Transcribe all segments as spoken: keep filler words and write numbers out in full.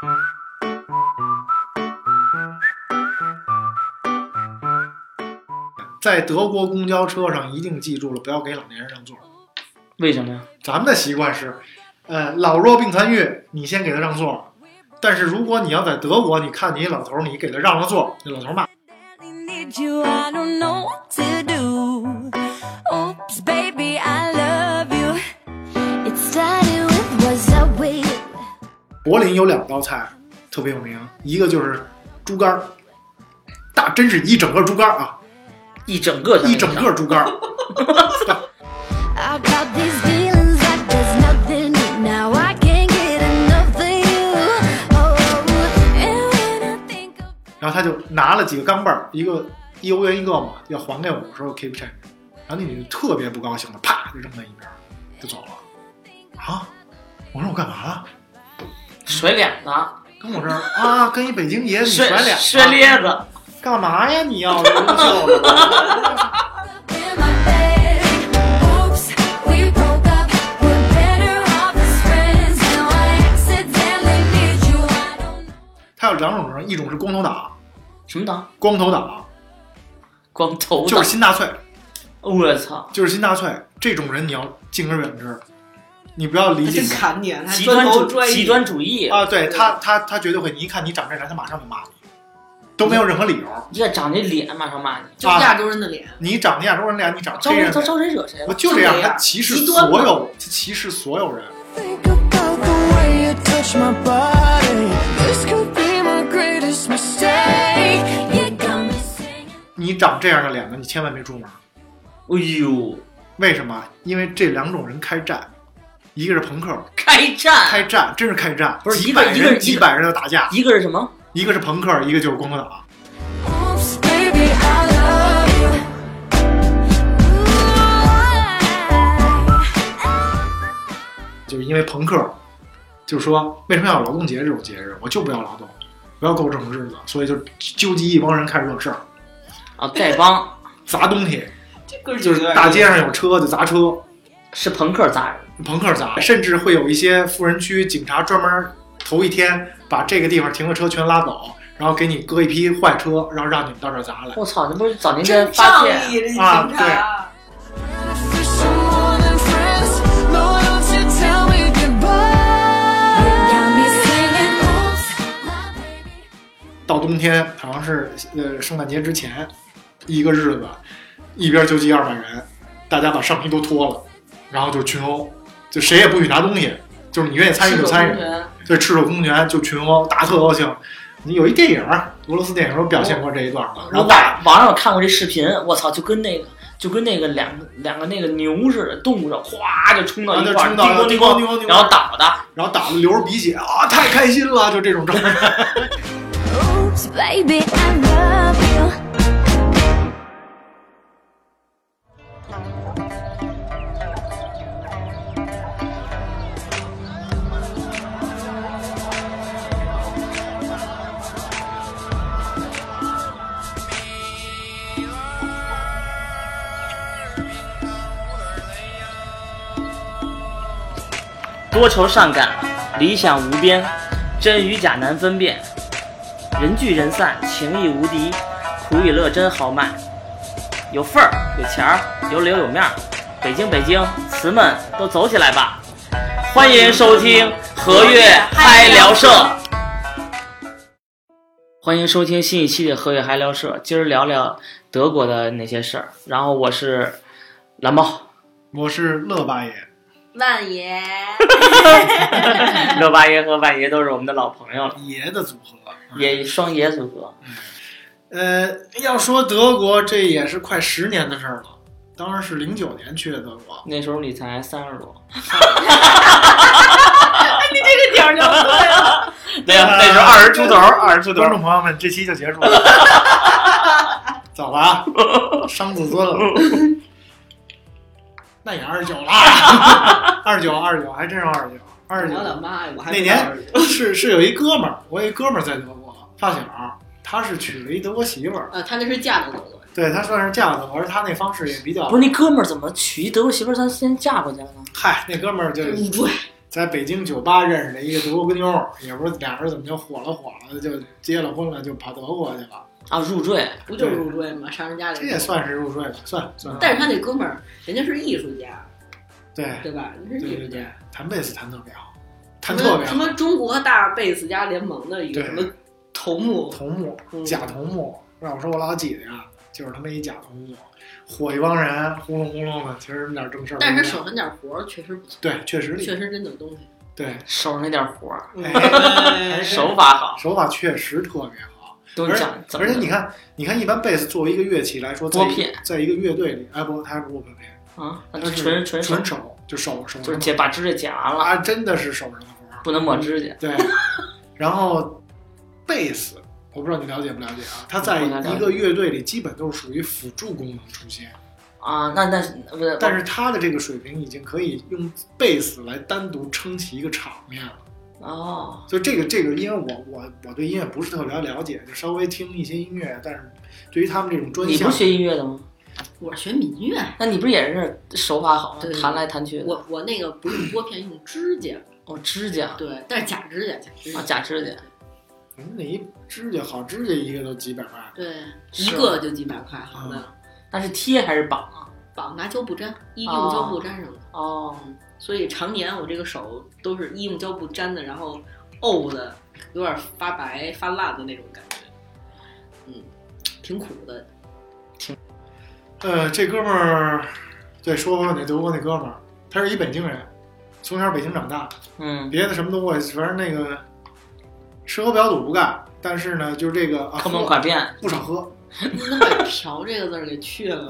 在德国公交车上一定记住了，不要给老年人让座。 为什么呀？ 咱们的习惯是，呃，老弱病残孕，你先给他让座。但是如果你要在德国，你看你老头，你给他让了座，那老头骂。柏林有两道菜特别有名，一个就是猪肝，大真是一整个猪肝啊， 一整个一整个猪肝。然后他就拿了几个钢镚儿，一个一欧元一个嘛，要还给我，说 keep check。然后那女的特别不高兴的，啪就扔在一边就走了。啊，我说我干嘛了？ 甩脸子， 跟我这儿啊，跟一北京爷你甩脸子， 甩咧子， 干嘛呀？你要优秀的。他有两种人，一种是光头党。 什么党？ 光头党。 光头党就是新纳粹。 我操！ 就是新纳粹，这种人你要敬而远之，你不要理解。 他砍你，他极端主极端主义啊！对他，他他绝对会，你一看你长这人，他马上就骂你，都没有任何理由。 你这长这脸，马上骂你， 就亚洲人的脸。 啊、你长那亚洲人脸，你长这样， 他招谁惹谁了？ 我就这样，他歧视所有，他歧视所有人。你长这样的脸呢，你千万别出门。 哎呦， 为什么？因为这两种人开战，一个是朋克， 开战， 开战，真是开战， 不是几百人，几百人的打架。 一个是什么？ 一个是朋克，一个就是光头党。就是因为朋克，就是说为什么要有劳动节这种节日？我就不要劳动，不要过这种日子，所以就纠集一帮人开始惹事儿。 啊，丐帮砸东西， 这个就是大街上有车就砸车， 是朋克砸人， 朋克砸，甚至会有一些富人区警察专门头一天把这个地方停的车全拉走，然后给你搁一批坏车，然后让你们到这儿砸来。 我操，这不是早年间发现啊？对。到冬天好像是呃圣诞节之前一个日子，一边纠集二百人，大家把上衣都脱了，然后就群殴，就谁也不许拿东西，就是你愿意参与就参与，对，赤手空拳就群殴，打特高兴。你有一电影，俄罗斯电影都表现过这一段嘛。然后网网上有看过这视频，我操，就跟那个就跟那个两个两个那个牛似的，动物着哗就冲到一块儿， 叮咣叮咣叮咣， 然后倒的， 然后倒的流着鼻血啊，太开心了，就这种状态。Baby, I love you. 多愁善感，理想无边，真与假难分辨。人聚人散，情谊无敌，苦与乐真豪迈，有份儿，有钱儿，有脸有面儿。北京，北京，词们都走起来吧！欢迎收听和悦嗨聊社，欢迎收听新一期的和悦嗨聊社。今儿聊聊德国的那些事儿。然后我是蓝猫， 我是乐八爷。 万爷， 乐八爷和万爷都是我们的老朋友了， 爷的组合， 爷双爷组合。 呃，要说德国，这也是快十年的事儿了。当然是零九年去的德国， 那时候你才三十多。 你这个点儿就对了。 对呀，那时候二十出头，二十出头。 观众朋友们，这期就结束了。走了啊，伤自尊了。那也二十九了，二十九，二十九，还真是二十九，二十九。 我的妈呀！我还那年是是有一哥们儿，我有一哥们儿在德国发小，他是娶了一德国媳妇儿。 呃，他那是嫁的德国。 对，他算是嫁的德国，而他那方式也比较。 不是那哥们儿怎么娶一德国媳妇儿，他先嫁过去了呢？ 嗨，那哥们儿就在北京酒吧认识的一个德国妞，也不知道俩人怎么就火了火了，就结了婚了，就跑德国去了。 啊，入赘不就是入赘吗？上人家里， 这也算是入赘吧，算算。 但是他那哥们儿，人家是艺术家， 对对吧？人家是艺术家， 对对对，弹贝斯弹特别好，弹什特别好。 么什么中国大贝斯家联盟的一个什么头目， 头目， 嗯假头目。让我说我老姐姐啊，就是他妈一假头目，火一帮人，呼隆呼隆的，其实点正事儿。 但是手上点活儿确实不错， 对，确实厉害， 确实真有东西。 对， 手上那点活儿， 哎手法好， 手法确实特别好。 都讲怎么而且你看，你看，一般贝斯作为一个乐器来说，在拨片， 在一个乐队里，哎不，它还不是拨片啊， 它是纯纯纯手，就手手就是剪把指甲剪完了， 啊，真的是手上的活儿， 不能抹指甲。 对，然后贝斯，我不知道你了解不了解啊？它在一个乐队里基本都是属于辅助功能出现啊。那那不是， 但是他的这个水平已经可以用贝斯来单独撑起一个场面了。 哦， 就这个这个，因为我我我对音乐不是特别了解，就稍微听一些音乐，但是对于他们这种专项， 你不是学音乐的吗？ 我是学民乐。 那你不是也是手法好吗？ 对弹来弹去的。 我我那个不用拨片，用指甲。 哦，指甲。 对，但是假指甲，假指甲。 啊，假指甲。 你那一指甲好指甲一个都几百块。 对，一个就几百块，好的。 那是贴还是绑啊？ 绑拿胶布粘，医用胶布粘上的。 哦。 所以常年我这个手都是医用胶布粘的，然后沤的有点发白发烂的那种感觉，嗯，挺苦的。 挺， 呃，这哥们儿，对，说说那德国那哥们儿，他是一北京人，从小北京长大， 嗯， 别的什么都会，反正那个吃喝嫖赌不干，但是呢，就这个坑蒙拐骗不少喝。 那把嫖这个字儿给去了，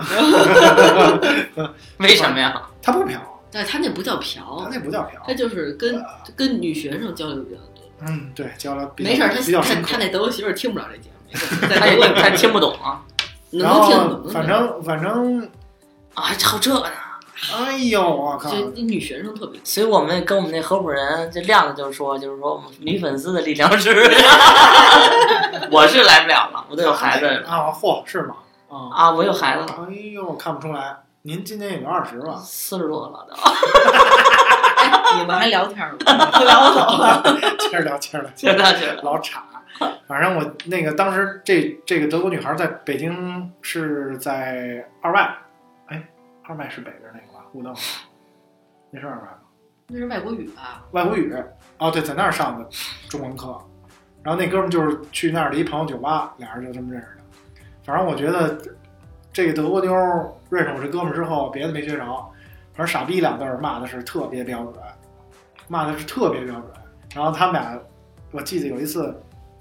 为什么呀？ 他不嫖。 对，他那不叫嫖， 他那不叫嫖， 他就是跟、呃、跟女学生交流比较多。 嗯，对，交流没事，他比较他他那德国媳妇儿听不了这节目， 他也他听不懂啊， 能听懂。 反正反正啊，还好这个呢。 哎呦，我靠！ 就女学生特别， 所以我们跟我们那合伙人这亮子就是说，就是说我们女粉丝的力量是，我是来不了了，我都有孩子啊！嚯，是吗？啊啊，我有孩子了。 哎呦，看不出来。您今年也就二十吧？ 四十多了都。 哎，你们还聊天吗？聊走了。 接着聊，接着聊， 接着聊，接着聊。 老岔。反正我那个当时这这个德国女孩在北京是在二外，哎，二外是北边那个吧？互动，那是二外吗？ 那是外国语吧？ 外国语。哦，对，在那儿上的中文课。然后那哥们就是去那儿的一朋友酒吧，俩人就这么认识的。反正我觉得。这个德国妞认识我这哥们儿之后，别的没学着，反正傻逼两字骂的是特别标准，骂的是特别标准。然后他们俩，我记得有一次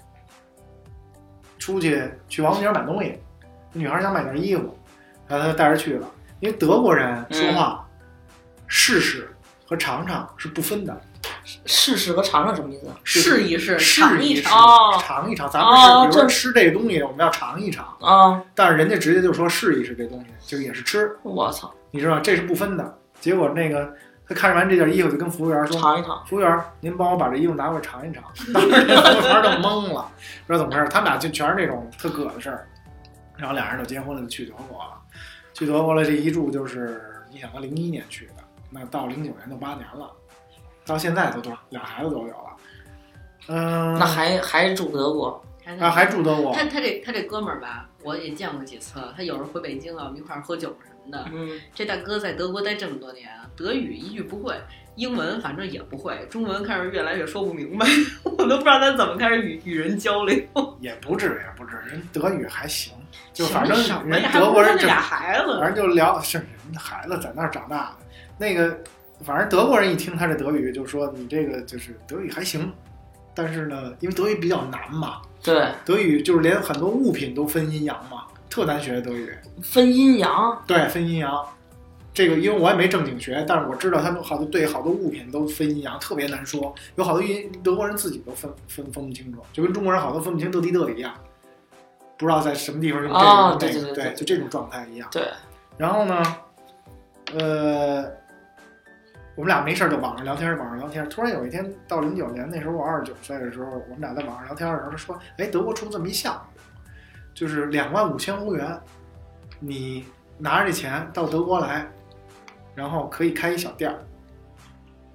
出去去王府井买东西，女孩想买件衣服，然后他带着去了。因为德国人说话，嗯、试试和尝尝是不分的。 试试和尝尝什么意思？ 试一试， 尝一尝， 哦、 尝一尝。咱们是、哦、比如说吃这个东西，我们要尝一尝啊、哦。 但是人家直接就说试一试这东西，就也是吃。 我操， 你知道这是不分的。结果那个他看完这件衣服，就跟服务员说：“ 尝一尝， 服务员，您帮我把这衣服拿过来尝一尝。”当时那服务员都懵了，不知道怎么回事。他们俩就全是这种特葛的事儿。然后俩人就结婚了，就去德国了。去德国了，这一住就是你想，他零一年去的，那到零九年都八年了。到现在都多俩孩子都有了，嗯， 那还还住德国， 啊，还住德国。 他他这他这哥们儿吧，我也见过几次，他有时候回北京啊，我们一块儿喝酒什么的。 嗯， 这大哥在德国待这么多年，德语一句不会，英文反正也不会，中文开始越来越说不明白，我都不知道他怎么开始与与人交流。 也不至于，不至于，人德语还行，就反正人德国人这俩孩子， 反正就聊是人的孩子在那儿长大的，那个。反正德国人一听他这德语，就说你这个就是德语还行，但是呢，因为德语比较难嘛， 对， 德语就是连很多物品都分阴阳嘛，特难学德语。 分阴阳？ 对，分阴阳。这个因为我也没正经学，但是我知道他们好多对好多物品都分阴阳，特别难说。有好多德国人自己都分分分不清楚，就跟中国人好多分不清得地得一样，不知道在什么地方用这个、 哦、 那个， 对对 对, 对，就这种状态一样。 对。 然后呢，呃。我们俩没事就网上聊天，网上聊天。突然有一天到零九年，那时候我二十九岁的时候，我们俩在网上聊天的时候，他说：“哎，德国出这么一项目，就是两万五千欧元，你拿着这钱到德国来，然后可以开一小店儿。”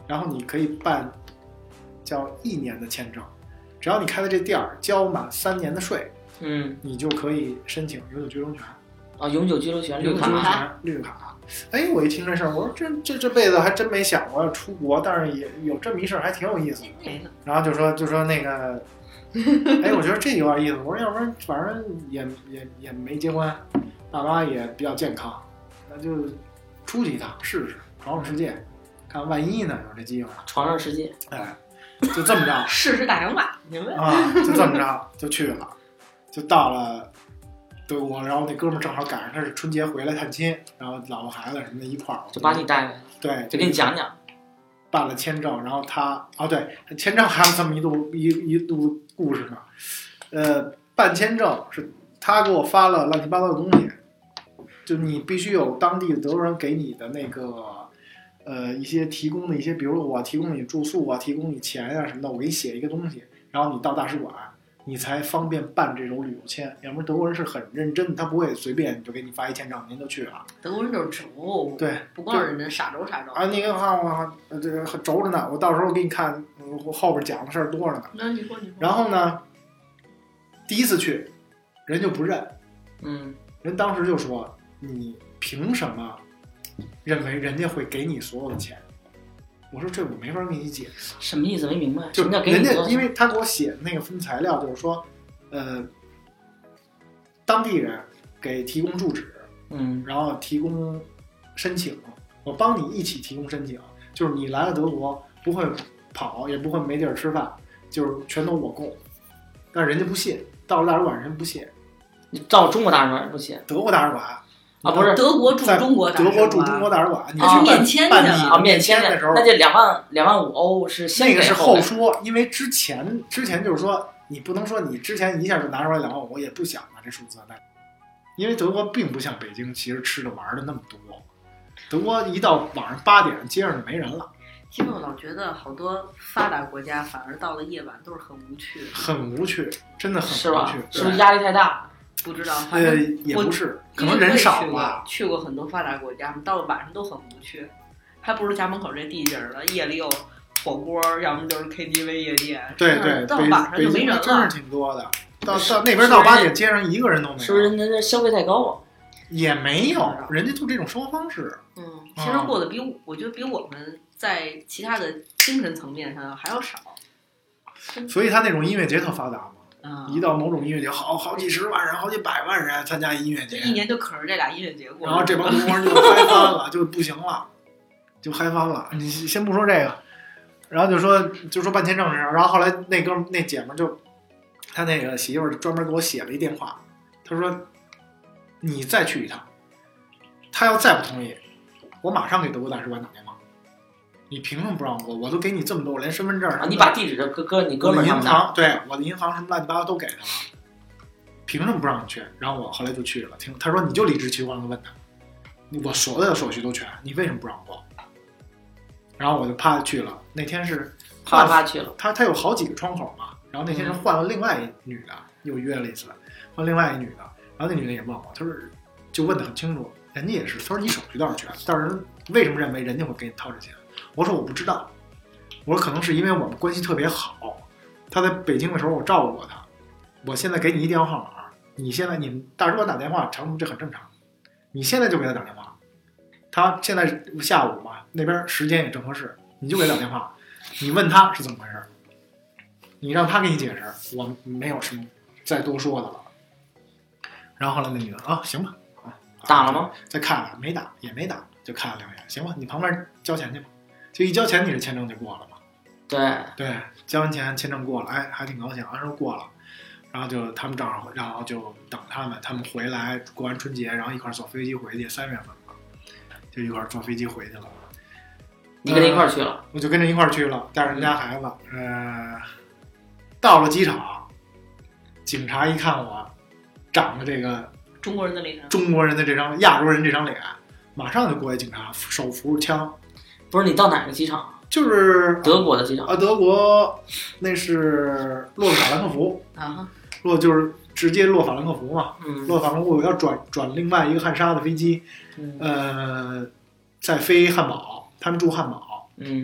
然后你可以办叫一年的签证，只要你开的这店儿交满三年的税， 嗯， 你就可以申请永久居留权。 啊，永久居留权绿永久居留卡， 权绿卡。哎，我一听这事儿，我说这这这辈子还真没想过要出国，但是也有这么一事儿，还挺有意思的。 没呢。 然后就说就说那个，哎，我觉得这有点意思。我说要不然反正也也也没结婚，爸妈也比较健康，那就出去一趟试试，闯闯世界，看万一呢有这机会。 闯闯世界， 哎，就这么着， 试试大洋马，明白？ 啊，就这么着就去了，就到了德国，然后那哥们儿正好赶上他是春节回来探亲，然后老婆孩子什么的一块儿， 就把你带来， 对， 就给你讲讲。 办了签证，然后他哦对，签证还有这么一度一一度故事呢。呃，办签证是他给我发了乱七八糟的东西，就你必须有当地的德国人给你的那个呃一些提供的一些，比如我提供你住宿啊，提供你钱啊什么的，我给你写一个东西，然后你到大使馆。你才方便办这种旅游签，要不然德国人是很认真，他不会随便就给你发一签证，您就去了。 德国人就是轴， 对， 不光是人家傻轴傻轴啊，你看我这个轴着呢，我到时候给你看，我后边讲的事儿多着呢。 那你说你说。 然后呢，第一次去，人就不认， 嗯， 人当时就说你凭什么认为人家会给你所有的钱？我说这我没法给你解释， 什么意思？没明白。 就人家，因为他给我写的那个分材料，就是说，呃，当地人给提供住址， 嗯， 然后提供申请，我帮你一起提供申请，就是你来了德国不会跑，也不会没地儿吃饭，就是全都我供。但是人家不信，到了大使馆人不信， 你到中国大使馆不信， 德国大使馆。 啊，不是德国驻中国大使馆， 德国驻中国大使馆，你去面签办去了啊， 面签的时候， 那这两万两万五欧是先那个是后后说，因为之前之前就是说，你不能说你之前一下就拿出来两万五，我也不想啊这数字，但因为德国并不像北京，其实吃的玩的那么多，德国一到晚上八点，街上就没人了。 其实我老觉得好多发达国家反而到了夜晚都是很无趣， 很无趣，真的很无趣， 是吧？是不是压力太大？ 不知道， 呃，也不是，可能人少吧。 去过很多发达国家，到了晚上都很无趣，还不如家门口这地界儿了。夜里有火锅，要么就是 K T V 夜店。 对对， 到晚上就没人了。 真是挺多的。到到那边到八点，街上一个人都没有。 是不是人家消费太高啊？ 也没有，人家就这种生活方式。 嗯，其实过得比我，我觉得比我们在其他的精神层面上还要少。 所以他那种音乐节特发达嘛。 嗯、 一到某种音乐节，好好几十万人、好几百万人参加音乐节， 一年就可着这俩音乐节过。 然后这帮中国人就嗨翻了，就不行了，就嗨翻了。你先不说这个，然后就说就说办签证的事儿，然后后来那哥们那姐们就，他那个媳妇儿专门给我写了一电话，他说你再去一趟，他要再不同意，我马上给德国大使馆打电话。你凭什么不让我？我都给你这么多，我连身份证、 啊、你把地址搁搁你哥们儿银行，对我的银行什么乱七八糟都给他了，凭什么不让你去？然后我后来就去了，听他说你就理直气壮的问他，我所有的手续都全，你为什么不让我？然后我就啪去了。那天是啪啪去了， 他他有好几个窗口嘛，然后那天是换了另外一女的，又约了一次，换另外一女的，然后那女的也问我，他说就问得很清楚，人家也是，他说你手续倒是全，但是为什么认为人家会给你掏这钱？我说我不知道，我说可能是因为我们关系特别好，他在北京的时候我照顾过他，我现在给你一电话号码，你现在你们大使馆打电话长途这很正常，你现在就给他打电话，他现在下午嘛，那边时间也正合适，你就给他打电话，你问他是怎么回事，你让他给你解释，我没有什么再多说的了。然后后来那女的啊，行吧，啊， 打了吗？ 再看了没打，也没打，就看了两眼，行吧，你旁边交钱去吧。就一交钱，你这签证就过了嘛？ 对对，交完钱签证过了，哎，还挺高兴，按说过了，然后就他们正好，然后就等他们，他们回来过完春节，然后一块坐飞机回去，三月份嘛，就一块坐飞机回去了。 你跟他一块去了、呃？ 我就跟着一块去了，带着人家孩子，呃，到了机场，警察一看我长得这个中国人的脸， 中国人的这张亚洲人这张脸，马上就过来警察，手扶着枪。 不是你到哪个机场？ 就是德国的机场啊，德国那是洛法兰克福啊， 洛就是直接洛法兰克福嘛。 嗯， 洛法兰克福要转转另外一个汉莎的飞机， 嗯、 呃，在飞汉堡，他们住汉堡， 嗯，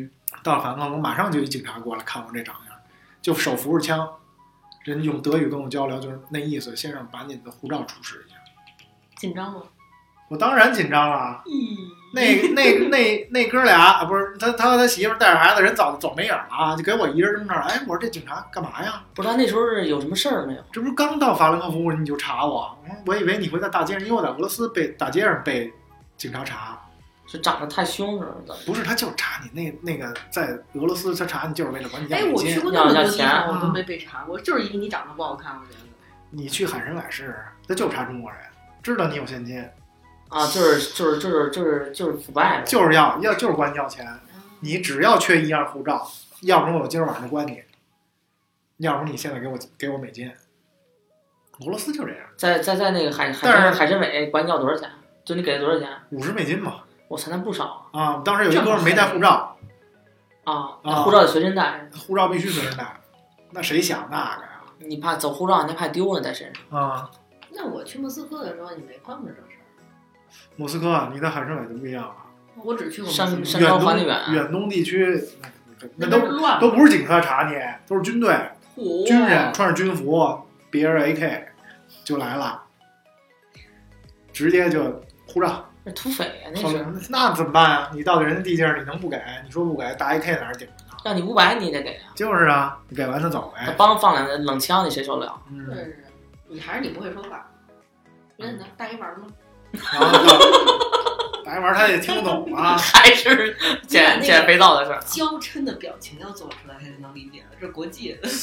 到了法兰克福，马上就一警察过来看我这长相，就手扶着枪，人用德语跟我交流，就是那意思，先生把你的护照出示一下。 紧张吗？ 我当然紧张了。 咦， 那那那那哥俩啊，不是他他和他媳妇带着孩子，人早走没影了，就给我一人扔那儿。哎，我说这警察干嘛呀？ 不知道那时候是有什么事儿没有？ 这不是刚到法兰克福你就查我？我以为你会在大街上，因为我在俄罗斯被大街上被警察查。 是长得太凶是吧？ 不是，他就是查你那那个在俄罗斯他查你就是为了管你家哎， 美金。 我去过那么多地要方，我都没被查过，就是因为你长得不好看，我觉得。 你去海参崴市，他就查中国人，知道你有现金啊，就是就是就是就是就是腐败了， 就是要要就是管你要钱。你只要缺一样护照，要不然我今儿晚上就关你，要不然你现在给我给我美金。俄罗斯就这样。 在在在那个海海但是参海参崴管你要多少钱？就你给了多少钱？ 五十美金嘛。 我操，那不少啊！当时有一哥们没带护照啊， 啊， 护照得随身带， 护照必须随身带。那谁想那个呀？ 你怕走护照，你怕丢了在身上啊。 那我去莫斯科的时候，你没碰着这事儿。 莫斯科，你在海参崴就不一样了。 我只去过山山高环境远， 远东地区那都都都不是警察查你，都是军队、军人穿着军服，别着 A K 就来了，直接就护照。 那土匪啊，那是。 那怎么办啊？你到人家地界你能不给？你说不给，大 A K 哪儿顶着呢？ 让你五百你也得给啊。 就是啊，你给完他走呗。 他帮放两个冷枪，你谁受得了？ 嗯。 是，你还是你不会说话。人家大一玩吗？ 然后大一玩他也听不懂啊。 还是捡捡肥皂的事儿。 娇嗔的表情要做出来，他就能理解了，这是国际的。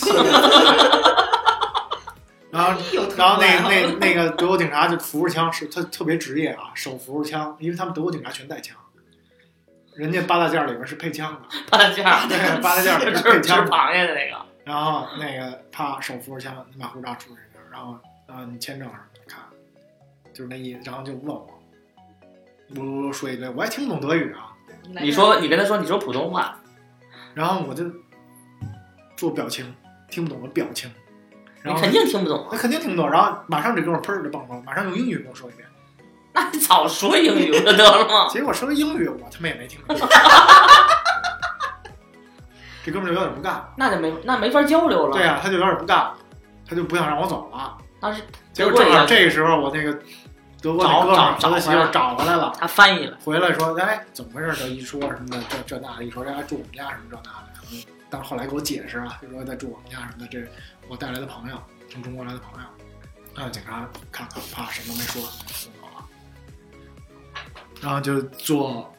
然后，然后那那那个德国警察就扶着枪，是他特别职业啊，手扶着枪，因为他们德国警察全带枪，人家八大件里边是配枪的， 八大件对，八大件里边是配枪吃螃蟹的那个。 然后那个他手扶着枪，你把护照出示一下，然后啊你签证什么的看，就是那意思，然后就问我，我说一堆，我还听不懂德语啊， 你说你跟他说你说普通话， 然后我就做表情，听不懂的表情。 你肯定听不懂、啊， 那肯定听不懂。然后马上这哥们砰就蹦出来，马上用英语跟我说一遍。 那你早说英语不就得了吗？ 结果说英语，我他妈也没听懂。这哥们就有点不干， 那就没那没法交流了。 对呀、啊，他就有点不干了，他就不想让我走了。 但是结果正好这个时候，我那个德国那哥们儿和他媳妇找回来了， 他翻译了， 回来说：“哎，怎么回事？”这一说什么的，这这那的，一说人家住我们家什么这那的。但是后来给我解释啊，就说在住我们家什么的，这是我带来的朋友，从中国来的朋友。让警察看看，啪，什么都没说，送走了。然后就坐，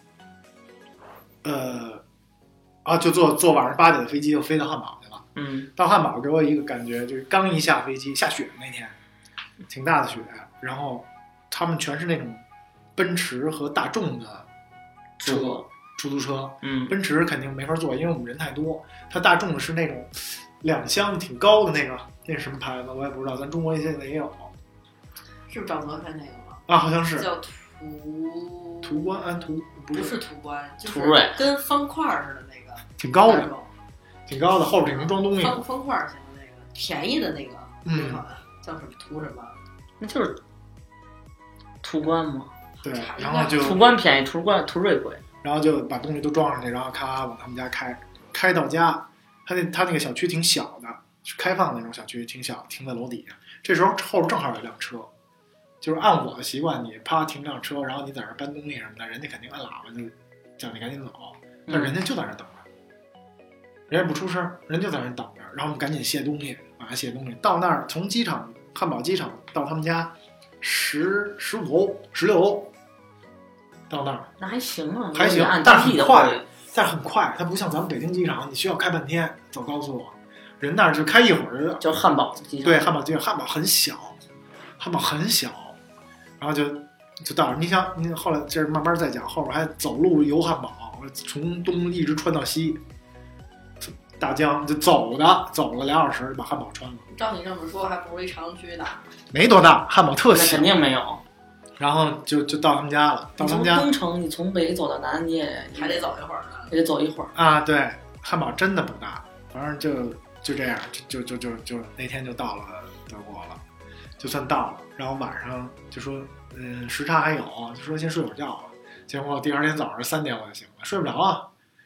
呃，啊，就坐坐晚上八点的飞机，就飞到汉堡去了。 嗯， 到汉堡给我一个感觉，就是刚一下飞机，下雪那天，挺大的雪，然后他们全是那种奔驰和大众的车。出租车， 嗯， 奔驰肯定没法坐，因为我们人太多。它大众的是那种两厢挺高的那个，那是什么牌子我也不知道，咱中国现在也有。 是赵泽开那个吗？ 啊，好像是。 叫途途观，安途不是途观，就是跟方块似的那个， 挺高的，挺高的，后边能装东西。 方方块型的那个，便宜的那个那款、嗯、叫什么途什么？ 那就是途观嘛。 对，然后就途观便宜，途观途锐贵。 然后就把东西都装上去，然后咔往他们家开，开到家，他那他那个小区挺小的，是开放的那种小区，挺小，停在楼底下。这时候后边正好有一辆车，就是按我的习惯，你啪停辆车，然后你在这搬东西什么的，人家肯定按喇叭就叫你赶紧走，但人家就在那等着，人家不出声，人就在那等着，然后我们赶紧卸东西，把它卸东西。到那儿从机场汉堡机场到他们家十十五欧十六欧。到那儿那还行啊， 还行，但是很快，但是很快，它不像咱们北京机场，你需要开半天走高速，人那儿就开一会儿就汉堡机场。 对，汉堡机场，汉堡很小，汉堡很小，然后就就到了。你想，你后来这慢慢再讲，后边还走路游汉堡，从东一直穿到西，大江就走的，走了俩小时把汉堡穿了。 照你这么说，还不如一长区呢。 没多大，汉堡特小， 肯定没有。 然后就就到他们家了，到他们家。 从东城你从北走到南，你也还得走一会儿呢， 也得走一会儿啊。对，汉堡真的不大，反正就就这样，就就就就就那天就到了德国了，就算到了。然后晚上就说，嗯，时差还有，就说先睡会儿觉吧。结果第二天早上三点我就醒了，睡不着啊，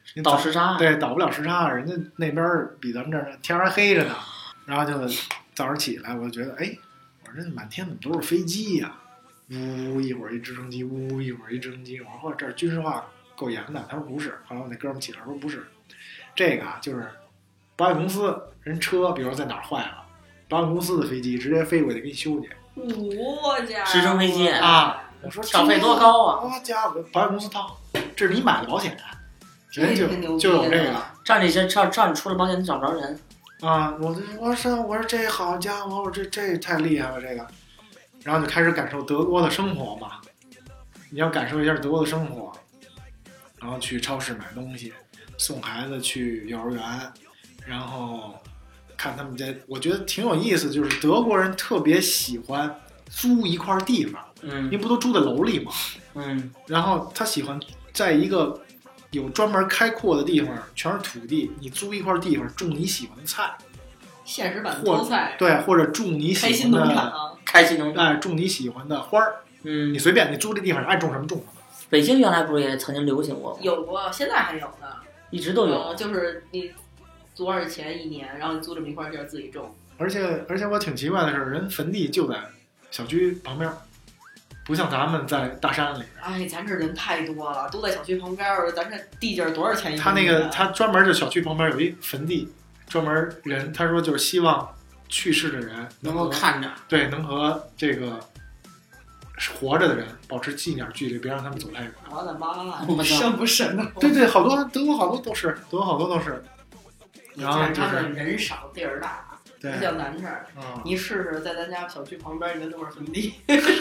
你倒时差， 对，倒不了时差，人家那边比咱们这儿天还黑着呢。然后就早上起来，我就觉得，哎，我说这满天怎么都是飞机呀、啊？呜，一会儿一直升机，呜，一会儿一直升机。我说这儿军事化够严的。他说不是。后来我那哥们起来说不是，这个啊就是保险公司人车，比如说在哪儿坏了，保险公司的飞机直接飞过去给你修去。 我家直升飞机啊！我说票费多高啊！ 我家伙，保险公司掏，这是你买的保险，人就就有这个。 照你这照照你出了保险，你找不着人啊！我我说我说这好家伙，我这这太厉害了这个，然后就开始感受德国的生活嘛。你要感受一下德国的生活，然后去超市买东西，送孩子去幼儿园，然后看他们这，我觉得挺有意思，就是德国人特别喜欢租一块地方， 嗯， 因为不都住在楼里嘛， 嗯， 然后他喜欢在一个有专门开阔的地方，全是土地，你租一块地方种你喜欢的菜， 现实版偷菜， 对，或者种你喜欢的开心农场， 开心农场， 哎，种你喜欢的花儿， 嗯， 你随便，你租这地方爱种什么种什么。 北京原来不是也曾经流行过吗？ 有过，现在还有呢， 一直都有， 嗯、就是你多少钱一年，然后你租这么一块地儿自己种。 而且而且我挺奇怪的是，人坟地就在小区旁边，不像咱们在大山里。 哎，咱这人太多了，都在小区旁边，咱这地界多少钱一年？ 他那个他专门就小区旁边有一坟地，专门人他说就是希望去世的人能够看着， 对，能和这个活着的人保持近点距离，别让他们走太远。 我的妈，神不神的？ 对对，好多德国好多都是，德国好多都是。然后就是人少地儿大，不像咱这儿。 嗯、 你试试在咱家小区旁边，你都是坟地。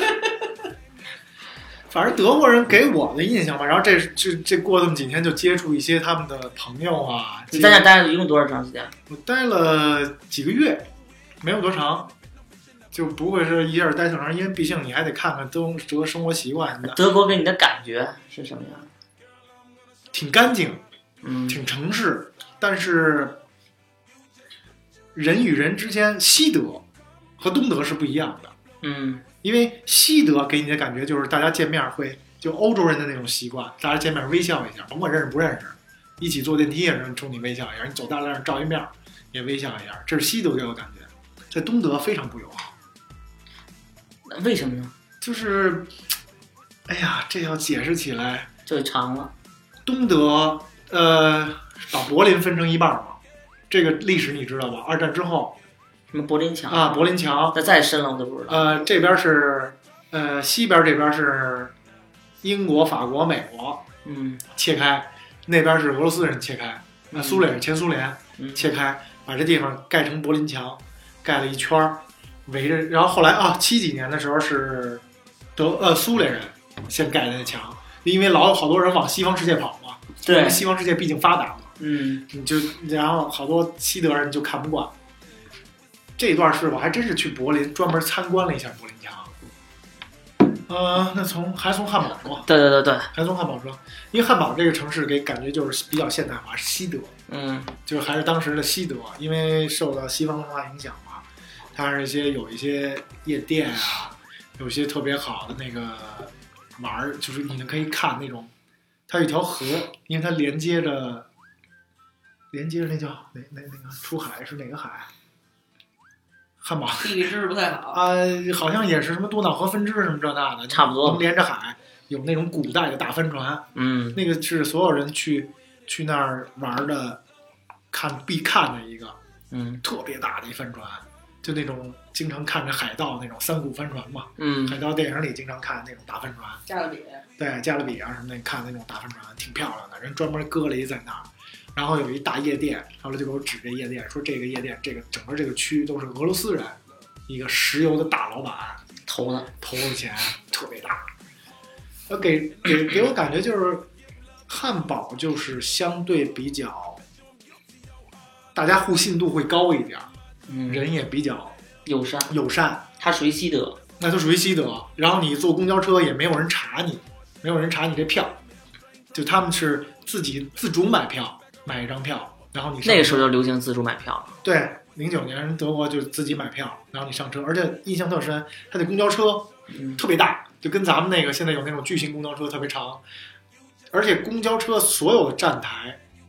反正德国人给我的印象吧，然后这这这过这么几天就接触一些他们的朋友啊。 你在那待了一共多少长时间？ 我待了几个月，没有多长，就不会是一下待挺长，因为毕竟你还得看看德德生活习惯的。 德国给你的感觉是什么样？ 挺干净， 嗯， 挺城市，但是人与人之间，西德和东德是不一样的。 嗯。 因为西德给你的感觉就是大家见面会就欧洲人的那种习惯，大家见面微笑一下，甭管认识不认识，一起坐电梯也是冲你微笑一下，你走大街上照一面也微笑一下，这是西德给我感觉。在东德非常不友好。 为什么呢？ 就是，哎呀，这要解释起来就长了。 东德呃把柏林分成一半嘛，这个历史你知道吧？二战之后。 什么柏林墙啊？柏林墙， 那再深了我都不知道。 呃，这边是，呃，西边这边是英国、法国、美国， 嗯， 切开，那边是俄罗斯人切开，那、嗯、苏联、前苏联、 嗯、 切开，把这地方盖成柏林墙，盖了一圈儿，围着。然后后来啊，七几年的时候是德呃苏联人先盖的那墙，因为老有好多人往西方世界跑嘛， 对， 西方世界毕竟发达嘛， 嗯， 你就然后好多西德人就看不惯。这段是我还真是去柏林专门参观了一下柏林墙，呃，那从还从汉堡说， 对对对对， 还从汉堡说，因为汉堡这个城市给感觉就是比较现代化，西德， 嗯， 就是还是当时的西德，因为受到西方文化影响嘛，它是一些有一些夜店啊，有一些特别好的那个玩儿，就是你们可以看那种，它有一条河，因为它连接着，连接着那叫那那那个出海是哪个海？汉堡地理知识不太好啊、呃，好像也是什么多瑙河分支什么这那的， 差不多能连着海，有那种古代的大帆船， 嗯， 那个是所有人去去那儿玩的，看必看的一个， 嗯， 特别大的一帆船，就那种经常看着海盗那种三股帆船嘛， 嗯， 海盗电影里经常看那种大帆船， 加勒比， 对，加勒比啊什么的，看那种大帆船挺漂亮的，人专门搁了一在那儿。然后有一大夜店，后来就给我指这夜店，说这个夜店，这个整个这个区都是俄罗斯人，一个石油的大老板投的， 投的钱特别大。呃，给给给我感觉就是汉堡就是相对比较，大家互信度会高一点， 嗯， 人也比较友善友善。 它属于西德， 那就属于西德。然后你坐公交车也没有人查你，没有人查你这票，就他们是自己自主买票。买一张票，然后你上那个时候就流行自主买票了。 对，零九年德国就自己买票，然后你上车，而且印象特深，它的公交车特别大，就跟咱们那个现在有那种巨型公交车特别长，而且公交车所有的站台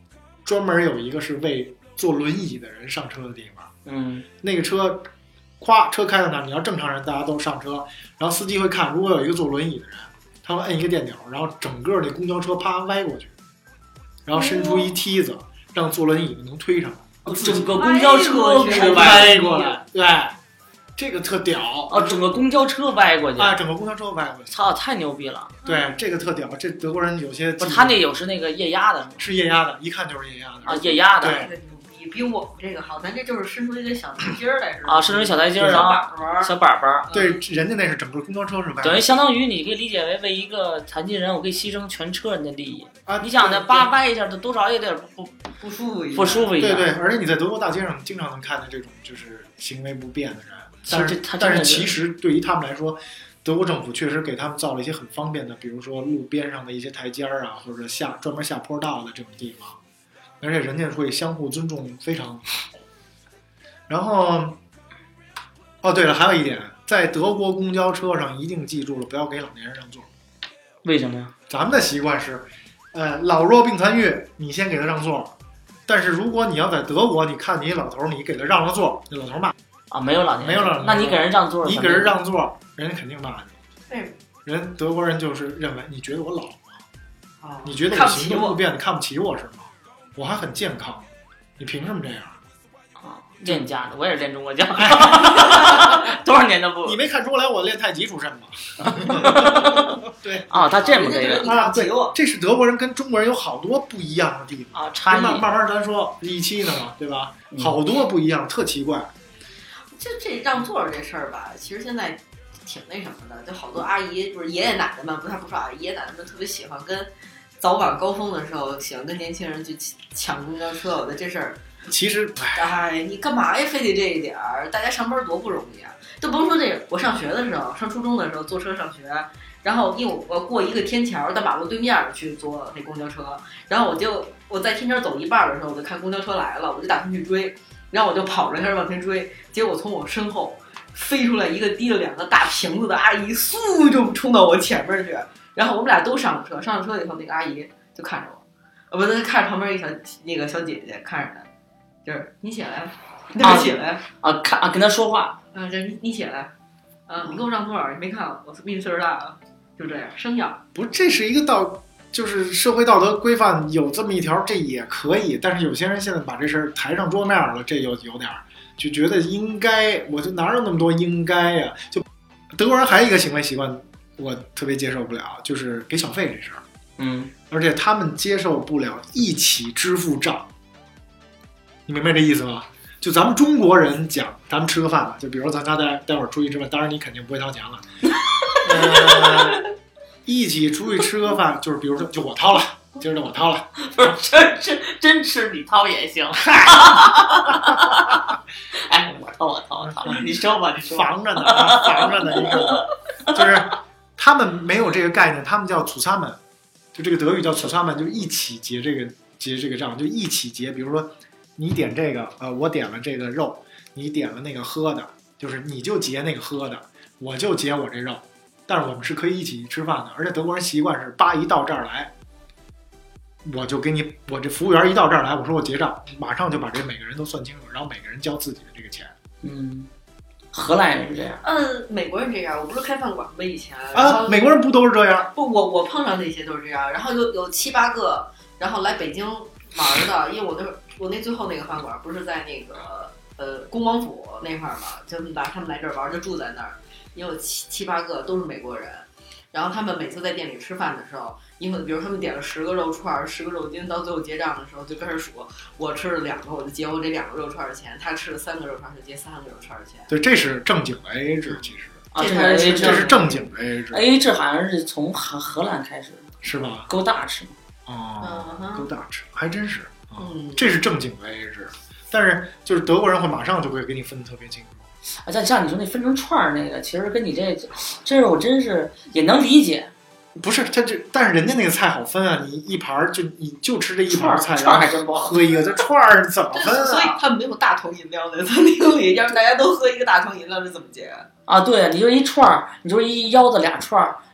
专门有一个是为坐轮椅的人上车的地方。 嗯， 那个车，咵，车开到那儿，你要正常人大家都上车，然后司机会看，如果有一个坐轮椅的人，他会摁一个电钮，然后整个那公交车啪歪过去，然后伸出一梯子，让坐轮椅的能推上来。 整个公交车给歪过来，对，这个特屌哦，整个公交车歪过去啊，整个公交车歪过去， 操，太牛逼了！ 对，这个特屌，这德国人有些不，他那有是那个液压的， 是液压的，一看就是液压的啊，液压的， 对， 比比我们这个好，咱这就是伸出一个小台阶来是吧？ 啊，伸出小台阶，然后小板板， 对，人家那是整个公交车是歪， 等于相当于你可以理解为为一个残疾人，我可以牺牲全车人的利益啊！ 你想那叭歪一下，多少有点不不舒服， 不舒服一点。 对对，而且你在德国大街上经常能看见这种就是行为不便的人。但是， 他但是其实对于他们来说，德国政府确实给他们造了一些很方便的，比如说路边上的一些台阶儿啊，或者下专门下坡道的这种地方，而且人家会相互尊重，非常好。然后，哦对了，还有一点，在德国公交车上一定记住了，不要给老年人让座。 为什么呀？ 咱们的习惯是，呃，老弱病残孕，你先给他让座。但是如果你要在德国，你看你老头，你给他让了座，那老头骂。 啊，没有老年人， 没有老年人， 那你给人让座， 你给人让座，人家肯定骂你。 对， 人德国人就是认为你觉得我老吗？ 啊， 你觉得我行动不便，你看不起我是吗？我还很健康，你凭什么这样？ 啊，练家的，我也是练中国家，多少年都不。 你没看出来我练太极出身吗？对啊，他这么个人啊，对，这是德国人跟中国人有好多不一样的地方啊，差异。 慢慢慢咱说一期呢嘛，对吧？ 嗯、 好多不一样，特奇怪。 就这让座这事儿吧，其实现在挺那什么的，就好多阿姨，就是爷爷奶奶们，不太不说啊，爷爷奶奶们特别喜欢跟早晚高峰的时候，喜欢跟年轻人去抢公交车。我的这事儿， 其实， 哎，你干嘛呀？非得这一点儿？大家上班多不容易啊！都甭说这个，我上学的时候，上初中的时候坐车上学，然后因为我过一个天桥，到马路对面去坐那公交车，然后我就我在天桥走一半的时候，我就看公交车来了，我就打算去追。然后我就跑着开始往前追，结果从我身后飞出来一个提了两个大瓶子的阿姨，嗖就冲到我前面去。然后我们俩都上了车，上了车以后，那个阿姨就看着我，呃，不，她看着旁边一小那个小姐姐，看着她，就是你起来，你怎么起来啊？看啊，跟她说话啊，这你你起来，啊，你给我让座，你没看我比你岁数大啊，就这样生养。 不，这是一个道。就是社会道德规范有这么一条，这也可以，但是有些人现在把这事儿抬上桌面了，这有有点就觉得应该，我就哪有那么多应该呀、啊？就德国人还有一个行为习惯，我特别接受不了，就是给小费这事儿。 嗯， 而且他们接受不了一起支付账，你明白这意思吗？就咱们中国人讲，咱们吃个饭吧，就比如咱仨待待会儿出去吃饭，当然你肯定不会掏钱了。呃一起出去吃个饭，就是比如说，就我掏了，今儿的我掏了， 不是真真真吃你掏也行。哎，我掏我掏我掏，你说吧，你说。 防着呢，防着呢，你看，就是他们没有这个概念，他们叫祖萨们，就这个德语叫祖萨们，就一起结这个结这个账，就一起结。比如说，你点这个，呃，我点了这个肉，你点了那个喝的，就是你就结那个喝的，我就结我这肉。但是我们是可以一起吃饭的，而且德国人习惯是，叭一到这儿来，我就给你，我这服务员一到这儿来，我说我结账，马上就把这每个人都算清楚，然后每个人交自己的这个钱。 嗯，荷兰人是这样， 嗯，美国人这样，我不是开饭馆吗？以前啊，美国人不都是这样？ 不，我我碰上那些都是这样，然后有有七八个，然后来北京玩的，因为我那我那最后那个饭馆不是在那个呃恭王府那块儿嘛，就来他们来这儿玩，就住在那儿。也有七七八个都是美国人，然后他们每次在店里吃饭的时候，因为比如他们点了十个肉串，十个肉丁，到最后结账的时候就开始数，我吃了两个，我就结我这两个肉串的钱；他吃了三个肉串，就结三个肉串的钱。 对，这是正经的 A A 制，其实啊，这是 A A 制， 这是正经的 A A 制。 A A 制好像是从荷荷兰开始的， 是吧 ？Go Dutch 嘛。 哦、 uh-huh. Go Dutch 还真是， 哦、嗯， 这是正经的 A A 制。但是就是德国人会马上就会给你分得特别清楚。 啊，像像你说那分成串儿那个，其实跟你这，这是我真是也能理解。 不是他这，但是人家那个菜好分啊，你一盘就你就吃这一盘菜， 串还真不好喝一个，这串儿怎么分啊？ 所以他们没有大桶饮料在餐厅里，要是大家都喝一个大桶饮料是怎么结啊？ 啊，对，你就一串儿，你就一腰子俩串儿，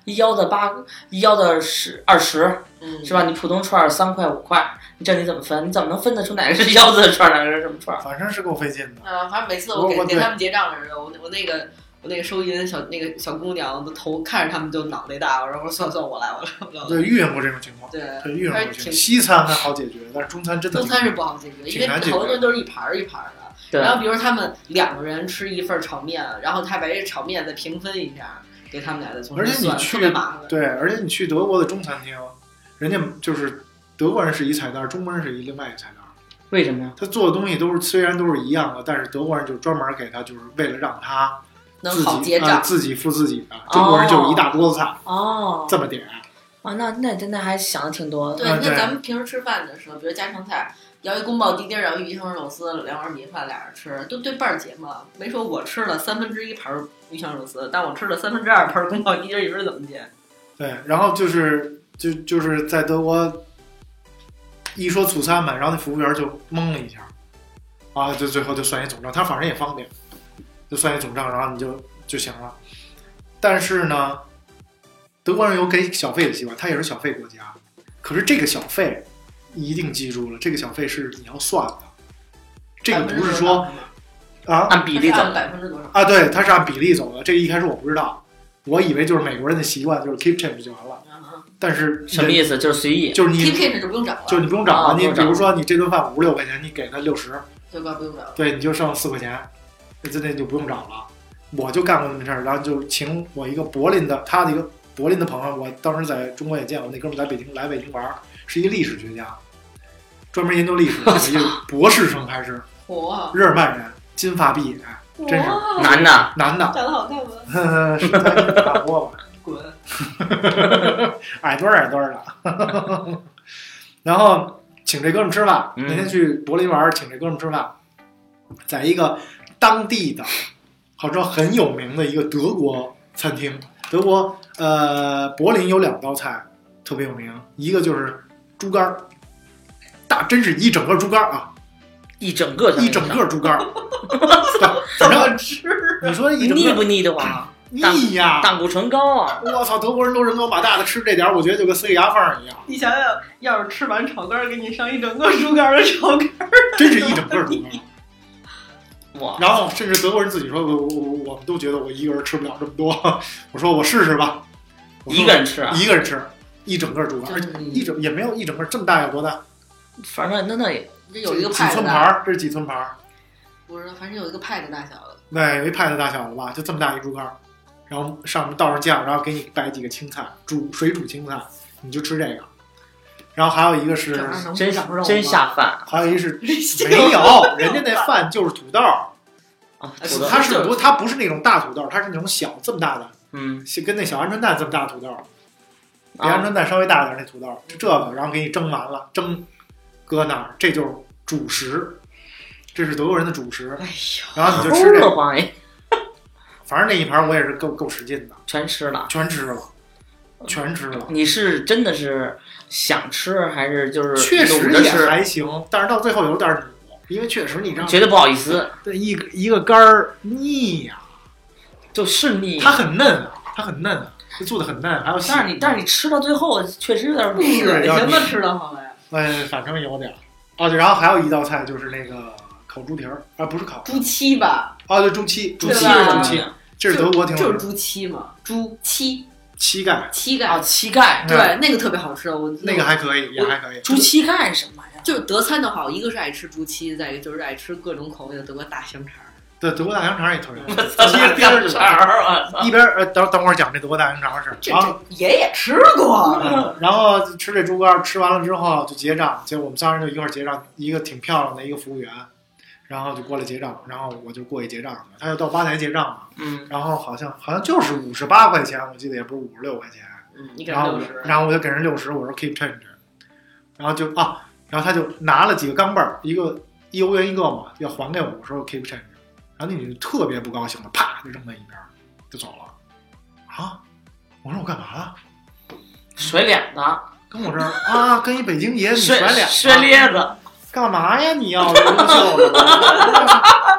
一腰子八，一腰子十二十， 嗯， 是吧？你普通串三块五块，你这你怎么分？你怎么能分得出哪个是腰子的串，哪个是什么串？ 反正是够费劲的。 啊，反正每次我给我我给他们结账的时候，我我那个我那个收银小那个小姑娘的头看着他们就脑袋大，我说我说算算我来我来我来。 对，遇见过这种情况。 对， 对，遇见过这种情挺况。西餐还好解决，但是中餐真的中餐是不好解决，因为好多东西都是一盘儿一盘儿的。 对。 然后比如他们两个人吃一份炒面，然后他把这炒面再平分一下，给他们俩再重新算，特别麻烦。 对，而且你去德国的中餐厅，人家就是德国人是一菜单，中国人是一另外一菜单。 为什么呀？ 他做的东西都是虽然都是一样的，但是德国人就专门给他，就是为了让他能好结账， 呃、自己付自己的。中国人就一大桌子菜， 哦， 这么点。 啊，那那那还想的挺多的。 对，那咱们平时吃饭的时候，比如家常菜，要一宫保鸡丁，然后鱼香肉丝，两碗米饭，俩人吃，都对半截嘛。没说我吃了三分之一盘鱼香肉丝，但我吃了三分之二盘宫保鸡丁，你说怎么解？ 对，然后就是就就是在德国，一说粗餐嘛，然后那服务员就懵了一下，啊，就最后就算一总账，他反正也方便，就算一总账，然后你就就行了。但是呢，德国人有给小费的习惯，他也是小费国家，可是这个小费一定记住了，这个小费是你要算的，这个不是说啊按比例走， 百分之多少啊？对，他是按比例走的，这个一开始我不知道，我以为就是美国人的习惯，就是 keep change 就完了。但是什么意思？就是随意， 就是你 keep change 就不用找了， 就是你不用找了。 啊、 你比如说你这顿饭五十六块钱，你给他六十， 对吧？不用找了， 对，你就剩四块钱，这那就不用找了。我就干过那么事儿，然后就请我一个柏林的，他的一个柏林的朋友，我当时在中国也见过，那哥们在北京来北京玩，是一个历史学家，专门研究历史的一个博士生还是日耳曼人，金发碧眼，真是男的， 男的， 长得好看吗？ 呵，是在大窝吧。 滚！ 矮墩儿矮墩儿的，然后请这哥们吃饭。 嗯、 那天去柏林玩，请这哥们吃饭，在一个当地的，好像很有名的一个德国餐厅。德国呃，柏林有两道菜特别有名，一个就是猪肝，大真是一整个猪肝啊， 一整个一整个猪肝， 怎么吃？ 你说一整个腻不腻的慌？ 腻呀， 胆固醇高啊！ 我操，德国人都人高马大的，吃这点我觉得就跟塞牙缝一样。 你想想，要是吃完炒肝，给你上一整个猪肝的炒肝， 真是一整个猪肝。 哇！ 然后甚至德国人自己说，我我我们都觉得我一个人吃不了这么多。我说我试试吧， 一个人吃啊？ 一个人吃一整个猪肝，而且一整也没有一整个这么大，有多大？ 反正那那也这有一个几寸盘，这是几寸盘？ 不知道，反正有一个派的大小的。 对，有一派的大小的吧，就这么大一猪肝。然后上面倒上酱，然后给你摆几个青菜，煮水煮青菜，你就吃这个。然后还有一个是真真下饭， 还有一个是没有，人家那饭就是土豆， 啊， 它是不它不是那种大土豆，它是那种小这么大的， 嗯， 跟那小鹌鹑蛋这么大土豆，比鹌鹑蛋稍微大点那土豆，就这个，然后给你蒸完了，蒸搁那儿，这就是主食，这是德国人的主食。 哎呦， 然后你就吃这个。反正那一盘我也是够够使劲的， 全吃了， 全吃了，全吃了。 你是真的是想吃还是就是确实也还行，但是到最后有点努，因为确实你知道， 觉得不好意思。 对，一个一个肝儿腻呀、啊， 就是腻， 它很嫩啊，它很嫩啊，就做的很嫩，还有。 但是你但是你吃到最后确实有点不恶心了，吃的后来。 哎，反正有点。哦，对，然后还有一道菜就是那个烤猪蹄儿啊，不是烤猪膝吧？ 哦，对，猪膝，猪膝是猪膝。这是德国挺就是猪膝嘛，猪膝， 膝盖， 膝盖啊，膝盖， 对，那个特别好吃，我那个还可以，也还可以。 猪膝盖是什么呀？ 就是德餐的好，一个是爱吃猪膝，再一个就是爱吃各种口味的德国大香肠。 对，德国大香肠也特别好吃。大香肠， 一边呃，等等会儿讲这德国大香肠的事。 这这爷爷吃过。 嗯、然后吃这猪肝，吃完了之后就结账，结果我们仨人就一块结账，一个挺漂亮的一个服务员。然后就过来结账，然后我就过去结账，他就到吧台结账嘛， 嗯， 然后好像好像就是五十八块钱，我记得也不是五十六块钱， 嗯，你给人六十， 然后我就给人六十，我说 keep change， 然后就啊，然后他就拿了几个钢镚儿，一个一欧元一个嘛，要还给我，我说 keep change， 然后那女的特别不高兴了，啪就扔在一边就走了，啊，我说我干嘛了？ 甩脸子， 跟我这儿啊，跟一北京爷你甩脸， 甩咧子。 干嘛呀？你要优秀的，不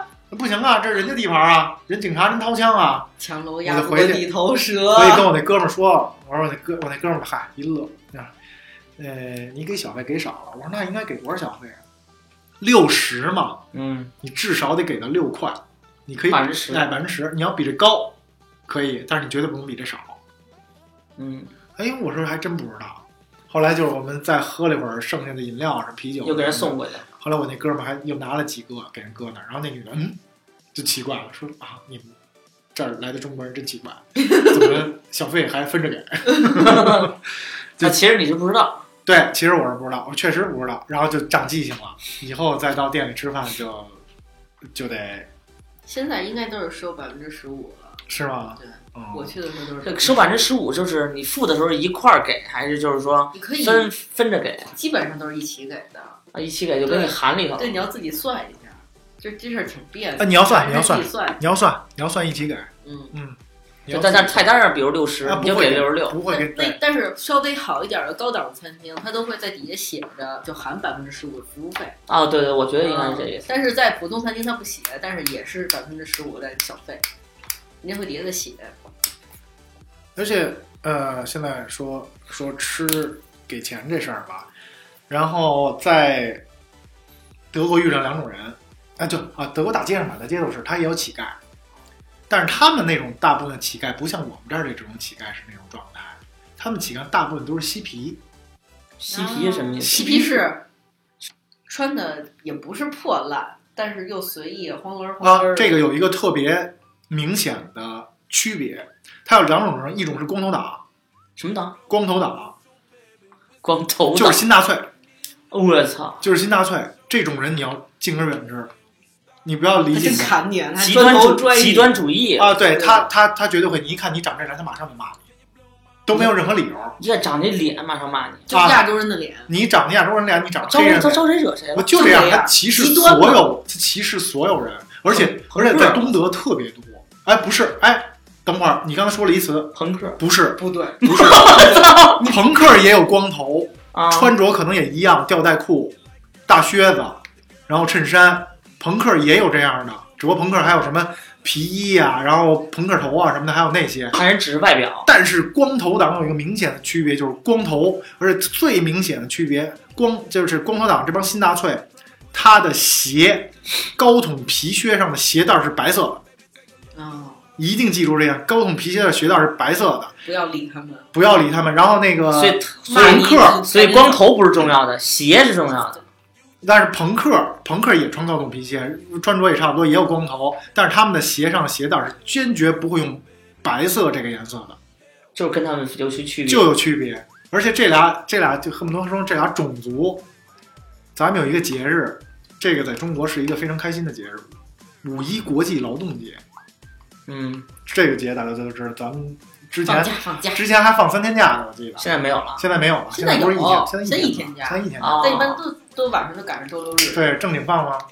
不行啊，这是人家地盘啊，人警察人掏枪啊， 强龙我压过就回去地头蛇。 所以跟我那哥们儿说了，我说我那哥我那哥们儿嗨一乐，呃，你给小费给少了，我说那应该给多少小费啊？六十嘛， 嗯， 你至少得给到六块，你可以百分之十， 哎百分之十，你要比这高可以，但是你绝对不能比这少。 嗯， 哎，我说还真不知道。后来就是我们再喝了一会儿剩下的饮料是啤酒， 又给人送回去。 后来我那哥们儿还又拿了几个给人搁那儿，然后那女的嗯就奇怪了，说啊你们这儿来的中国人真奇怪，怎么小费还分着给？ 就其实你就不知道。 对，其实我是不知道，我确实不知道，然后就长记性了，以后再到店里吃饭就就得。 现在应该都是收百分之十五了， 是吗？ 对， 嗯、 我去的时候都是这收百分之十五，就是你付的时候一块儿给，还是就是说你可以分分着给？ 基本上都是一起给的， 啊，一起给就给你含里头。 对，你要自己算一下，这这事儿挺别的。 啊，你要算，你要算， 算， 你要算，你要算一起给。 嗯嗯。 就但但菜单上，比如六十、 啊， 你就给六十六， 不会给。 但但是稍微好一点的高档餐厅，它都会在底下写着，就含百分之十五的服务费。 啊，对对，我觉得应该是这意思。 嗯、但是在普通餐厅它不写，但是也是百分之十五的小费，人家会底下的写。 而且呃，现在说说吃给钱这事儿吧，然后在德国遇上两种人，啊就啊德国大街上满大街都是，他也有乞丐。但是他们那种大部分乞丐不像我们这儿这种乞丐是那种状态，他们乞丐大部分都是嬉皮。 嬉皮是什么意思？ 嬉皮是穿的也不是破烂，但是又随意慌乱慌乱。 啊，这个有一个特别明显的区别，它有两种人，一种是光头党。 什么党？ 光头党。 光头党就是新纳粹。 我操！ 就是新纳粹，这种人你要敬而远之。你不要理解砍你， 极端主极端主义啊！对他，他他绝对会，你一看你长这人，他马上就骂你，都没有任何理由。 一看长这脸，马上骂你， 就亚洲人的脸。 你长那亚洲人脸，你长招谁？他招谁惹谁了？ 我就这样，他歧视所有，他歧视所有人，而且而且在东德特别多。哎，不是，哎，等会儿，你刚才说了一词， 朋克， 不是， 不对， 不是，朋克也有光头，穿着可能也一样，吊带裤、大靴子，然后衬衫，朋克也有这样的。只不过朋克还有什么皮衣啊，然后朋克头啊什么的，还有那些。 看人只是外表， 但是光头党有一个明显的区别，就是光头，而且最明显的区别，光就是光头党这帮新纳粹，他的鞋，高筒皮靴上的鞋带是白色的。 哦， 一定记住这样，高筒皮靴的鞋带是白色的。 不要理他们， 不要理他们。然后那个， 所以朋克， 所以光头不是重要的，鞋是重要的。 但是朋克，朋克也穿高筒皮鞋，穿着也差不多，也有光头，但是他们的鞋上的鞋带是坚决不会用白色这个颜色的， 就是跟他们有区区别， 就有区别。而且这俩，这俩就恨不得说这俩种族，咱们有一个节日，这个在中国是一个非常开心的节日，五一国际劳动节。 嗯， 这个节大家都知道，咱们之前放假放假， 之前还放三天假呢，我记得。 现在没有了， 现在没有了， 现在有， 不是一天， 现在一天假， 现在一天假， 但一般都都晚上都赶上周六日。 对，正经放吗？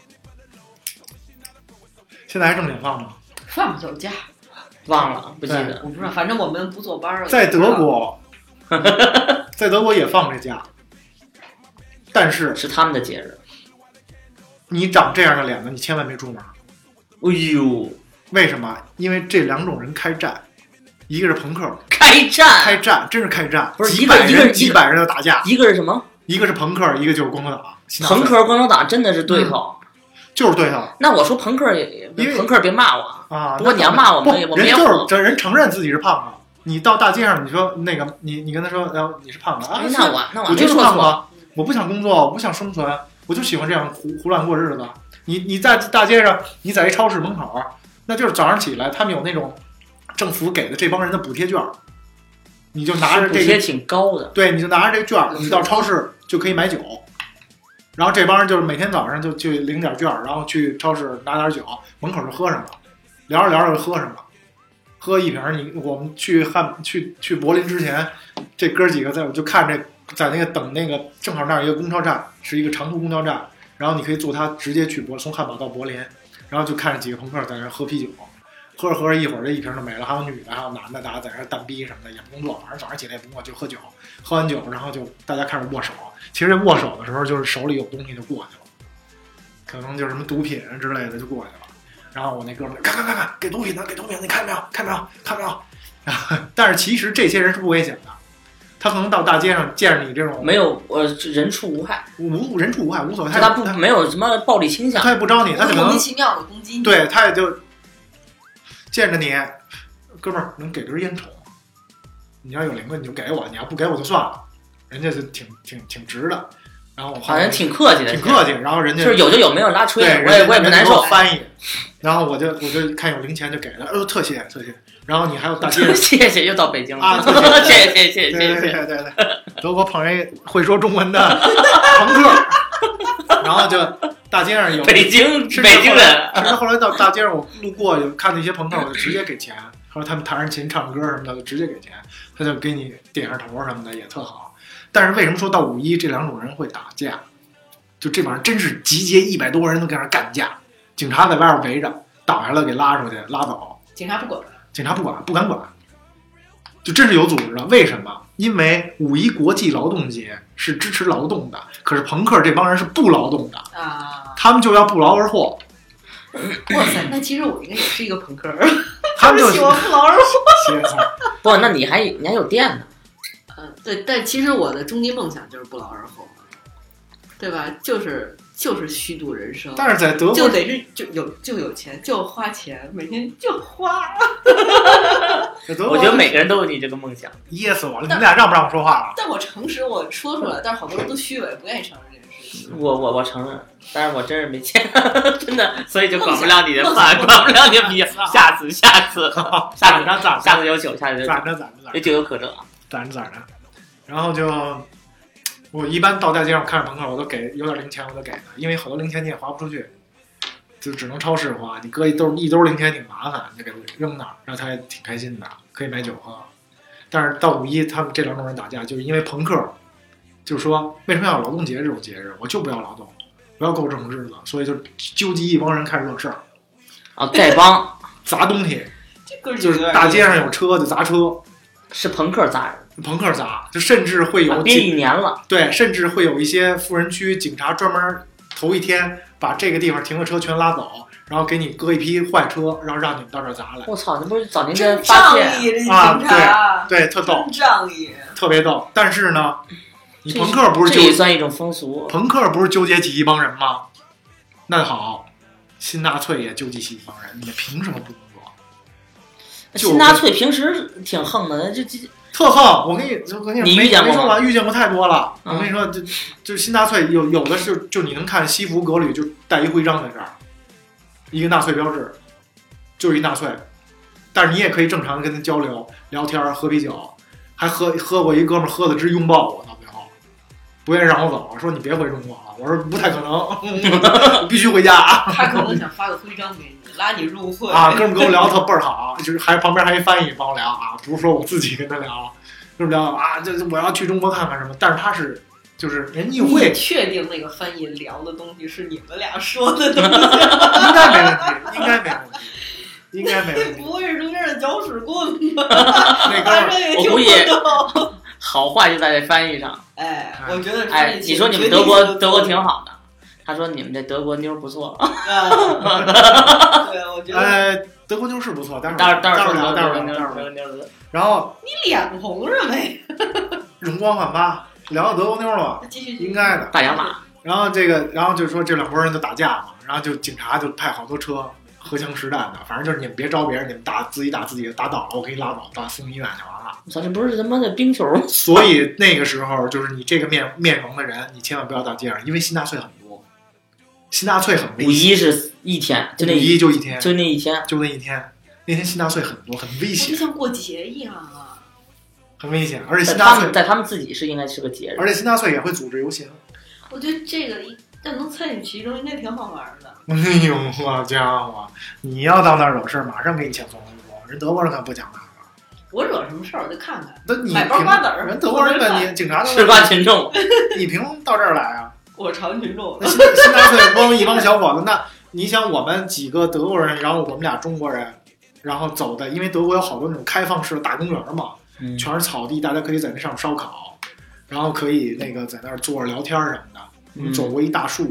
现在还正经放吗？ 放不了假， 忘了，不记得， 我不知道，反正我们不坐班了。 在德国，在德国也放这假，但是是他们的节日。 你长这样的脸呢，你千万别出门。 哎呦， 为什么？因为这两种人开战，一个是朋克， 开战， 开战，真是开战， 不是几百一个人，几百人的打架。 一个是什么？ 一个是朋克，一个就是光头党。 朋克、光头党真的是对头， 嗯、就是对头。 那我说朋克也，朋克别骂我啊！ 不过你要骂我们，我们也人就是这人承认自己是胖子。你到大街上，你说那个，你你跟他说，然后你是胖子啊？ 那我那我就是胖子，我不想工作，我不想生存，我就喜欢这样胡胡乱过日子。你你在大街上，你在一超市门口，那就是早上起来，他们有那种政府给的这帮人的补贴券，你就拿着这个，补贴挺高的， 对，你就拿着这券，你到超市就可以买酒。然后这帮人就是每天早上就去领点券，然后去超市拿点酒，门口就喝上了，聊着聊着就喝上了，喝一瓶。你我们去汉去去柏林之前，这哥几个在我就看这在那个等那个正好那儿一个公交站，是一个长途公交站，然后你可以坐它直接去柏从汉堡到柏林，然后就看着几个朋克在那喝啤酒，喝着喝着一会儿这一瓶就没了，还有女的还有男的，大家在那蛋逼什么的也不工作，反正早上起来也不工作就喝酒，喝完酒然后就大家开始握手。其实这握手的时候就是手里有东西就过去了，可能就是什么毒品之类的就过去了。 然后我那哥们儿看看看看，给毒品的，给毒品的，你看没有？看没有？看没有？然后，但是其实这些人是不危险的，他可能到大街上见着你这种没有呃人畜无害， 无人畜无害无所谓， 他不没有什么暴力倾向， 他也不招你，他就可能莫名其妙的攻击你， 对，他也就见着你，哥们儿能给根烟抽，你要有零的你就给我，你要不给我就算了，人家就挺挺挺直的。然后我好像挺客气的， 挺客气。然后人家就是有就有，没有拉吹， 对， 我也我也不难受。 翻译，然后我就我就看有零钱就给了，哎呦特谢特谢。然后你还有大街上谢谢，又到北京了啊， 谢谢谢谢谢谢对对对对对，德国碰人会说中文的朋克，然后就大街上有北京北京人， 甚至后来到大街上我路过有看那些朋克，我就直接给钱，后来他们弹着琴唱歌什么的就直接给钱，他就给你点下头什么的也特好。但是为什么说到五一这两种人会打架？就这帮人真是集结一百多个人都跟那干架，警察在外边围着，倒下了给拉出去拉走， 警察不管， 警察不管不敢管，就真是有组织的。为什么？因为五一国际劳动节是支持劳动的，可是朋克这帮人是不劳动的啊， 他们就要不劳而获。 哇塞，那其实我应该也是一个朋克， 他们就喜欢不劳而获。 不，那你还你还有店呢？ 嗯，对，但其实我的终极梦想就是不劳而获，对吧？就是就是虚度人生。 但是在德国就得是就有就有钱就花钱，每天就花。 我觉得每个人都有你这个梦想。 噎死我了！你们俩让不让我说话了？ 但我诚实，我说出来，但是好多人都虚伪，不愿意承认这件事情。 我我我承认，但是我真是没钱，真的，所以就管不了你的饭，管不了你的啤酒。下次下次下次下次有酒，下次有攒着攒着攒着， 有酒有可乐。 攒着攒着，然后就我一般到大街上看着朋克，我都给有点零钱，我都给他，因为好多零钱你也花不出去，就只能超市花。你搁一兜一兜零钱挺麻烦，就给他扔那儿，然后他也挺开心的，可以买酒喝。但是到五一，他们这两种人打架，就是因为朋克，就是说为什么要有劳动节这种节日？我就不要劳动，不要过这种日子，所以就纠集一帮人开始惹事儿。 啊，丐帮砸东西， 这就是大街上有车就砸车。 是朋克砸人， 朋克砸，就甚至会有憋一年了。 对，甚至会有一些富人区警察专门头一天把这个地方停的车全拉走，然后给你搁一批坏车，然后让你们到这儿砸来。 我操，那不是早年间发现啊？对对，特逗， 仗义， 特别逗。但是呢，你朋克不是这也算一种风俗？ 朋克不是纠结起一帮人吗？那好，新纳粹也纠集起一帮人，你们凭什么不？ 新纳粹平时挺横的，就就特横。我跟你，我跟你你遇见过吗？遇见过太多了。 嗯、 我跟你说，就就新纳粹有有的是，就你能看西服革履，就带一徽章在这儿，一个纳粹标志，就是一纳粹。但是你也可以正常的跟他交流、聊天、喝啤酒，还喝喝过一哥们儿喝的直拥抱我，到最后不愿意让我走，说你别回中国了。我说不太可能，我必须回家。 他可能想发个徽章给你。拉你入会啊，哥们跟我聊的特倍儿好，就是还旁边还一翻译帮我聊啊，不是说我自己跟他聊，就是聊啊，这我要去中国看看什么，但是他是就是人议会， 你确定那个翻译聊的东西是你们俩说的东西？ 应该没问题，应该没问题，应该没问题。 不会是中间的搅屎棍吧？ 那哥们我估计好坏就在这翻译上。 哎，我觉得哎，你说你们德国德国挺好的。他说：“你们这德国妞不错。” 对，我觉得。 呃，德国妞是不错，但是待会儿待会儿聊，待会儿聊，待会儿聊。然后你脸红是没？ 容光焕发，聊到德国妞了， 继续应该的。 大洋马。 然后这个，然后就说这两拨人就打架嘛，然后就警察就派好多车，荷枪实弹的，反正就是你们别招别人，你们打自己打自己，打倒了我给你拉走，到送医院就完了。 我操，这不是他妈的冰球？ 所以那个时候就是你这个面面容的人，你千万不要到街上，因为新纳粹很多。新纳粹很危险。 五一是一天，就那五一就一天， 就那一天， 就那一天。那天新纳粹很多，很危险， 就像过节一样啊， 很危险。而且新纳粹在他们自己是应该是个节日， 而且新纳粹也会组织游行。 我觉得这个要能参与其中，应该挺好玩的。 哎呦，好家伙！你要到那儿惹事儿，马上给你遣送回国。人德国人可不讲那个。 我惹什么事儿，我就看看。 那你买包瓜子儿， 人德国人问你，警察吃瓜群众， 你凭到这儿来啊？ 我朝群众。 那新新纳粹光一帮小伙子，那你想我们几个德国人，然后我们俩中国人，然后走的，因为德国有好多那种开放式的大公园嘛， 嗯、 全是草地，大家可以在那上烧烤，然后可以那个在那儿坐着聊天什么的。我们走过一大树， 嗯、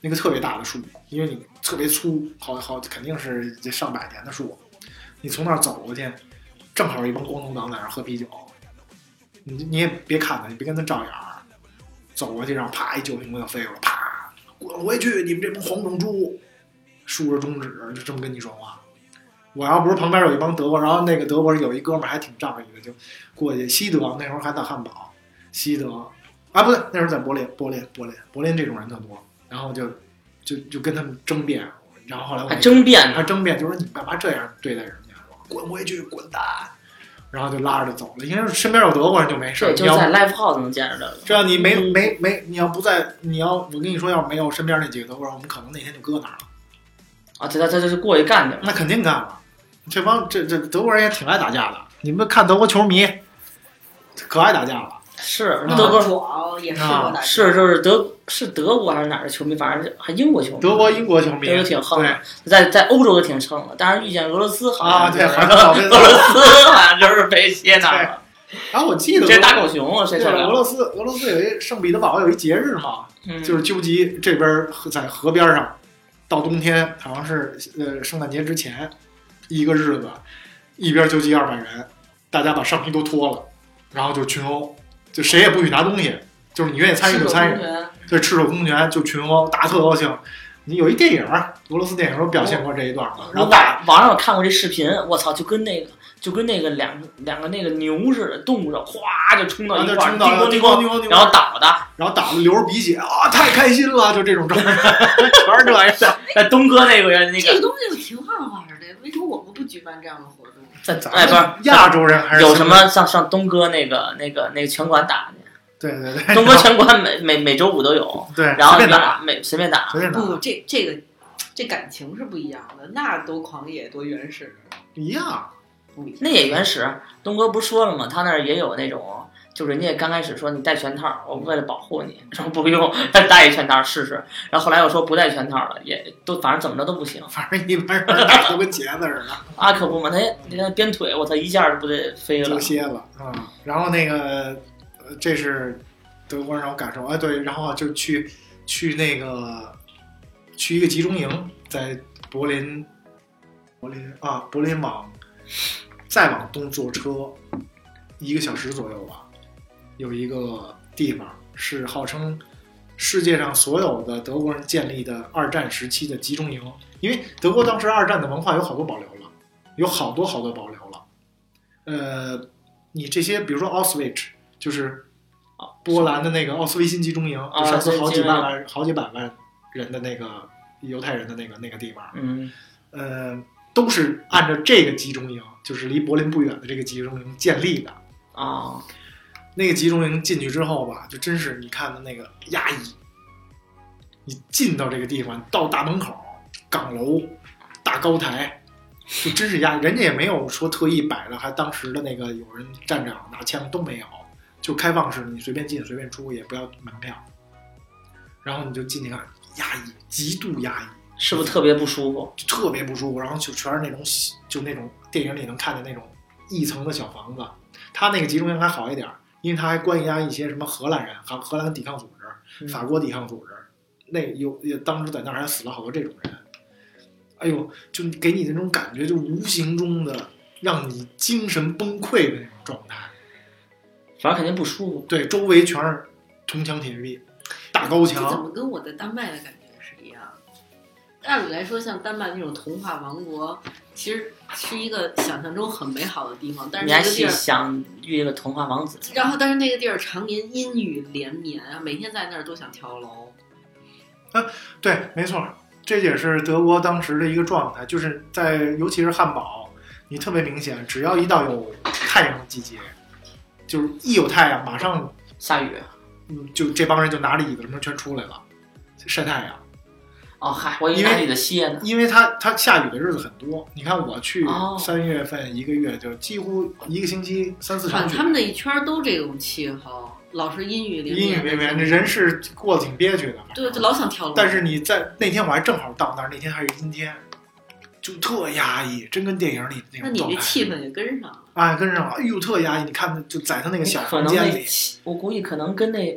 那个特别大的树，因为你特别粗，好好肯定是这上百年的树，你从那儿走过去，正好有一帮光头党在那儿喝啤酒，你你也别看他，你别跟他照眼儿，走过去，然后啪一酒瓶子就飞过来，啪滚回去，你们这帮黄种猪，竖着中指就这么跟你说话。我要不是旁边有一帮德国，然后那个德国有一哥们儿还挺仗义的，就过去西德那时候还在汉堡，西德啊不对，那时候在柏林，柏林，柏林，柏林这种人特多，然后就就就跟他们争辩，然后后来我还争辩， 还争辩，就说你干嘛这样对待人家，滚回去，滚蛋，然后就拉着走了，因为身边有德国人就没事， 对，就在 live house 能见着的。 这样你没没没，你要不在，你要我跟你说，要是没有身边那几个德国人，我们可能那天就搁那儿了。 啊，这他这就是过去干去了， 那肯定干了。这帮这这德国人也挺爱打架的，你们看德国球迷，可爱打架了。 是德德国爽也是我打， 是就是德是德国还是哪儿的球迷，反正还英国球迷， 德国、英国球迷都挺横的，在在欧洲都挺横的，但是遇见俄罗斯好像啊，对，好像俄罗斯好像就是被歇那了。 然后我记得这大狗熊啊，谁受得了？ 俄罗斯俄罗斯有一圣彼得堡有一节日嘛， 嗯、 就是纠集这边在河边上，到冬天好像是呃圣诞节之前一个日子，一边纠集二百人，大家把上衣都脱了，然后就群殴。就谁也不许拿东西，就是你愿意参与就参与，对，赤手空拳就群殴，大家特高兴。你有一电影，俄罗斯电影都表现过这一段嘛。然后网网上我看过这视频，我操，就跟那个就跟那个两两个那个牛似的，动物上哗就冲到一块儿， 叮咣叮咣叮咣， 然后倒的， 然后倒的流着鼻血啊，太开心了，就这种状态，全是这样。 在东哥那个那个， 这个东西挺好玩的，为什么我们不举办这样的活动？ 在哎不是亚洲人还是有什么像像东哥那个那个那个拳馆打去？ 对对对， 东哥拳馆每每每周五都有， 对， 然后随便打， 每随便打， 随便打。 不，这这个这感情是不一样的，那多狂野多原始， 一样， 那也原始。东哥不是说了吗？他那儿也有那种。就人家刚开始说你戴全套，我为了保护你，然后不用戴一全套试试，然后后来又说不戴全套了，也都反正怎么着都不行， 反正一般人打都跟茄子似的。 啊可不嘛，他他鞭腿，我操一下就不得飞了， 就歇了啊、嗯。然后那个，这是德国人让我感受，哎对，然后就去去那个去一个集中营，在柏林，柏林啊柏林往再往东坐车一个小时左右吧。有一个地方是号称世界上所有的德国人建立的二战时期的集中营，因为德国当时二战的文化有好多保留了，有好多好多保留了。呃，你这些比如说奥斯维茨，就是波兰的那个奥斯维辛集中营， 啊、 就上次好几万万、好几百万人的那个犹太人的那个那个地方， 嗯， 呃，都是按照这个集中营，就是离柏林不远的这个集中营建立的啊。哦那个集中营进去之后吧，就真是你看的那个压抑。你进到这个地方，到大门口、岗楼、大高台，就真是压抑。人家也没有说特意摆了，还当时的那个有人站长拿枪都没有，就开放式，你随便进随便出，也不要门票。然后你就进去看，压抑，极度压抑， 是不是特别不舒服？ 就特别不舒服。然后就全是那种，就那种电影里能看见那种一层的小房子。他那个集中营还好一点。因为他还关押一些什么荷兰人，还荷兰抵抗组织、法国抵抗组织，那有也当时在那儿还死了好多这种人。哎呦，就给你那种感觉，就无形中的让你精神崩溃的那种状态。 反正肯定不舒服。 对，周围全是铜墙铁壁、大高墙。 这怎么跟我的丹麦的感觉是一样？按理来说，像丹麦那种童话王国，其实是一个想象中很美好的地方，但是那个地儿想遇一个童话王子， 然后但是那个地儿常年阴雨连绵，每天在那儿都想跳楼。 啊，对，没错，这也是德国当时的一个状态，就是在尤其是汉堡，你特别明显，只要一到有太阳的季节，就是一有太阳，马上下雨， 嗯，就这帮人就拿着椅子什么全出来了，晒太阳。 哦嗨，我以为你的歇呢， 因为它它下雨的日子很多。你看我去三月份一个月，就几乎一个星期三四场雨。 他们那一圈都这种气候，老是阴雨连绵。 阴雨连绵，这人是过得挺憋屈的。 对，就老想跳楼。 但是你在那天我还正好到那儿，那天还是阴天，就特压抑，真跟电影里那种状态。 那你这气氛也跟上了。 哎，跟上了，哎呦，特压抑。你看，就在他那个小房间里， 我估计可能跟那。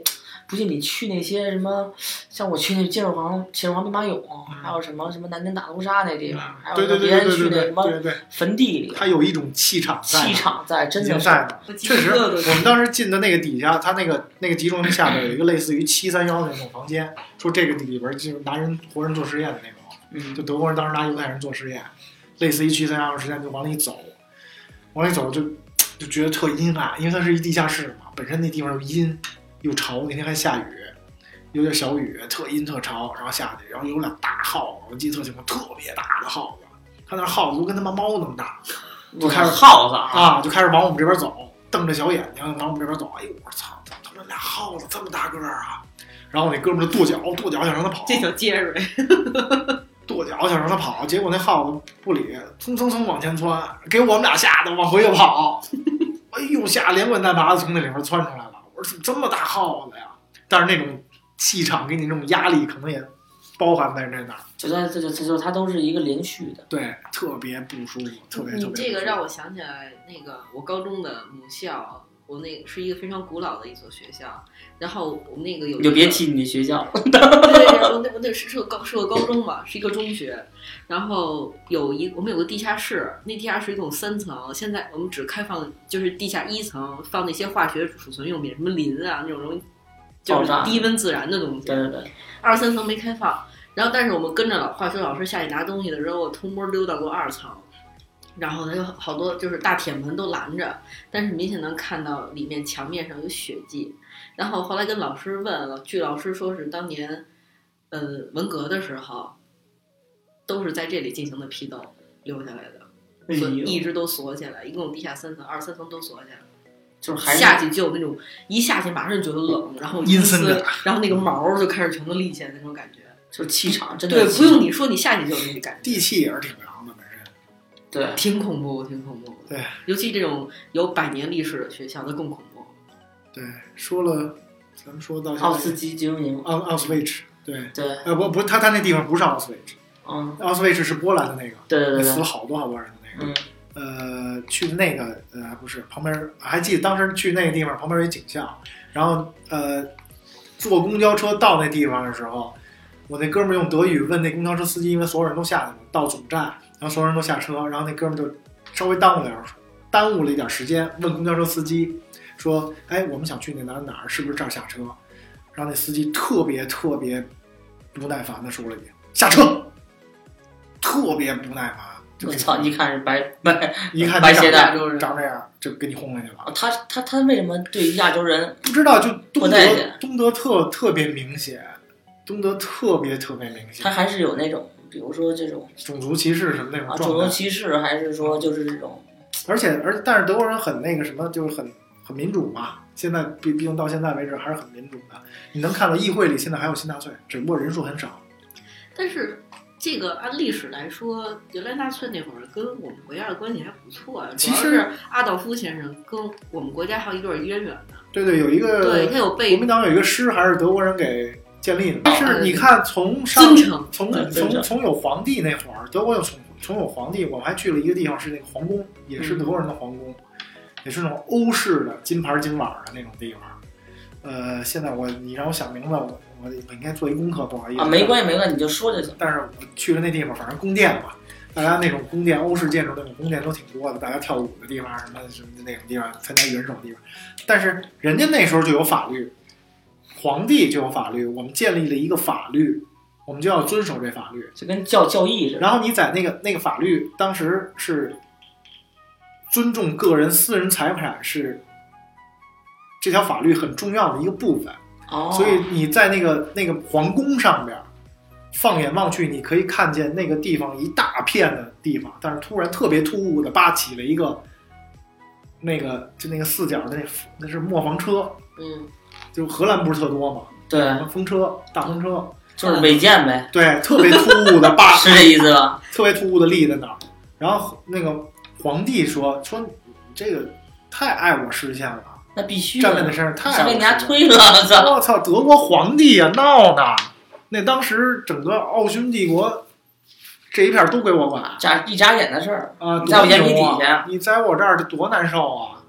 不信你去那些什么，像我去那秦始皇秦始皇兵马俑，嗯、还有什么什么南京大屠杀那地方，还有别人去那什么坟地里， 它有一种气场在， 气场在，真的在的。确实，我们当时进的那个底下，它那个那个集中营下边有一个类似于七三幺的那种房间，说这个里边就是拿人活人做实验的那种， 嗯， 就德国人当时拿犹太人做实验，类似于七三幺的实验，就往里走，往里走就就觉得特阴暗，因为它是一地下室嘛，本身那地方又阴。又潮，那天还下雨，有点小雨，特阴特潮，然后下去，然后有俩大耗子，我记得特清楚，特别大的耗子，看那耗子都跟他妈猫那么大，就开始耗子啊，就开始往我们这边走，瞪着小眼睛往我们这边走。哎呦，我操，他们俩耗子这么大个儿啊！然后我那哥们儿就跺脚，跺脚想让他跑， 这叫杰瑞， 跺脚想让他跑，结果那耗子不理，蹭蹭蹭往前窜，给我们俩吓得往回又跑。哎呦，吓连滚带拔的从那里面窜出来了。我说怎么这么大耗子呀？但是那种气场给你那种压力，可能也包含在那哪儿。 就在这就这就它都是一个连续的， 对，特别不舒服，特别特别。 你这个让我想起来，那个我高中的母校，我那个是一个非常古老的一所学校，然后我们那个有你就别提你的学校。 对对，我那我那是是个高是个高中嘛，是一个中学，然后有一我们有个地下室，那地下室一共三层，现在我们只开放就是地下一层放那些化学储存用品，什么磷啊那种容易就是低温自燃的东西。 对对对， 二三层没开放。然后，但是我们跟着老化学老师下去拿东西的时候，我偷摸溜到过二层，然后他有好多就是大铁门都拦着，但是明显能看到里面墙面上有血迹。然后后来跟老师问了，据老师说是当年，呃，文革的时候，都是在这里进行的批斗留下来的，所以一直都锁起来，一共地下三层，二三层都锁起来。 就是还是下去就那种一下去马上觉得冷，然后阴森的， 然后那个毛就开始全都立起来那种感觉。 就是气场，真的对，不用你说，你下去就有那个感觉。 地气也是挺凉的，本身。 对， 挺恐怖，挺恐怖。 对， 尤其这种有百年历史的学校，那更恐怖。 对，说了，咱们说到奥斯基集中营， 奥奥斯维茨，对对， 呃不不，他他那地方不是奥斯维茨， 嗯， 奥斯维茨是波兰的那个， 对对对， 死了好多好多人的那个。 嗯。 呃，去的那个呃不是旁边，还记得当时去那个地方旁边有警校，然后呃坐公交车到那地方的时候。我那哥们儿用德语问那公交车司机，因为所有人都下去了，到总站，然后所有人都下车，然后那哥们儿就稍微耽误点，耽误了一点时间，问公交车司机说：“哎，我们想去那哪哪儿，是不是这儿下车？”然后那司机特别特别不耐烦的说了一句：“下车！”特别不耐烦。 我操！一看是白白， 一看白鞋带， 长这样就给你轰下去了。 他他他为什么对亚洲人不知道？就东德东德特特别明显。东德特别特别明显， 他还是有那种，比如说这种种族歧视什么那种状态， 啊、种族歧视还是说就是这种， 而且而但是德国人很那个什么，就是很很民主嘛。现在毕毕竟到现在为止还是很民主的。你能看到议会里现在还有新纳粹，只不过人数很少。 但是这个按历史来说，原来纳粹那会儿跟我们国家的关系还不错啊。 其实主要是阿道夫先生跟我们国家还有一段渊源呢。 对对，有一个对他有被国民党有一个师还是德国人给。建立的，但是你看，从上从从从有皇帝那会儿，德国有从从有皇帝，我们还去了一个地方，是那个皇宫，也是德国人的皇宫，也是那种欧式的金牌金碗的那种地方。呃，现在我你让我想明白，我我我应该做一功课，不好意思啊，没关系没关系，你就说就行。 但是我去了那地方，反正宫殿嘛，大家那种宫殿，欧式建筑那种宫殿都挺多的，大家跳舞的地方什么什么那种地方，参加元首的地方，但是人家那时候就有法律。皇帝就有法律，我们建立了一个法律，我们就要遵守这法律， 就跟教教义似的。 然后你在那个那个法律当时是尊重个人私人财产，是这条法律很重要的一个部分。 哦， 所以你在那个那个皇宫上边，放眼望去，你可以看见那个地方一大片的地方，但是突然特别突兀的扒起了一个那个就那个四角的那那是磨坊车， 嗯。 就荷兰不是特多吗？ 对， 风车、大风车， 就是违建呗。 对，特别突兀的扒， 是这意思吧？ 特别突兀的立在那儿。然后那个皇帝说：“说你这个太爱我视线了。” 那必须站在那身上太爱我视线了， 想给人家推了。 我操！德国皇帝呀、啊，闹呢！那当时整个奥匈帝国这一片都归我管， 眨一眨眼的事儿啊！ 在我眼皮底下， 你在我这儿多难受啊！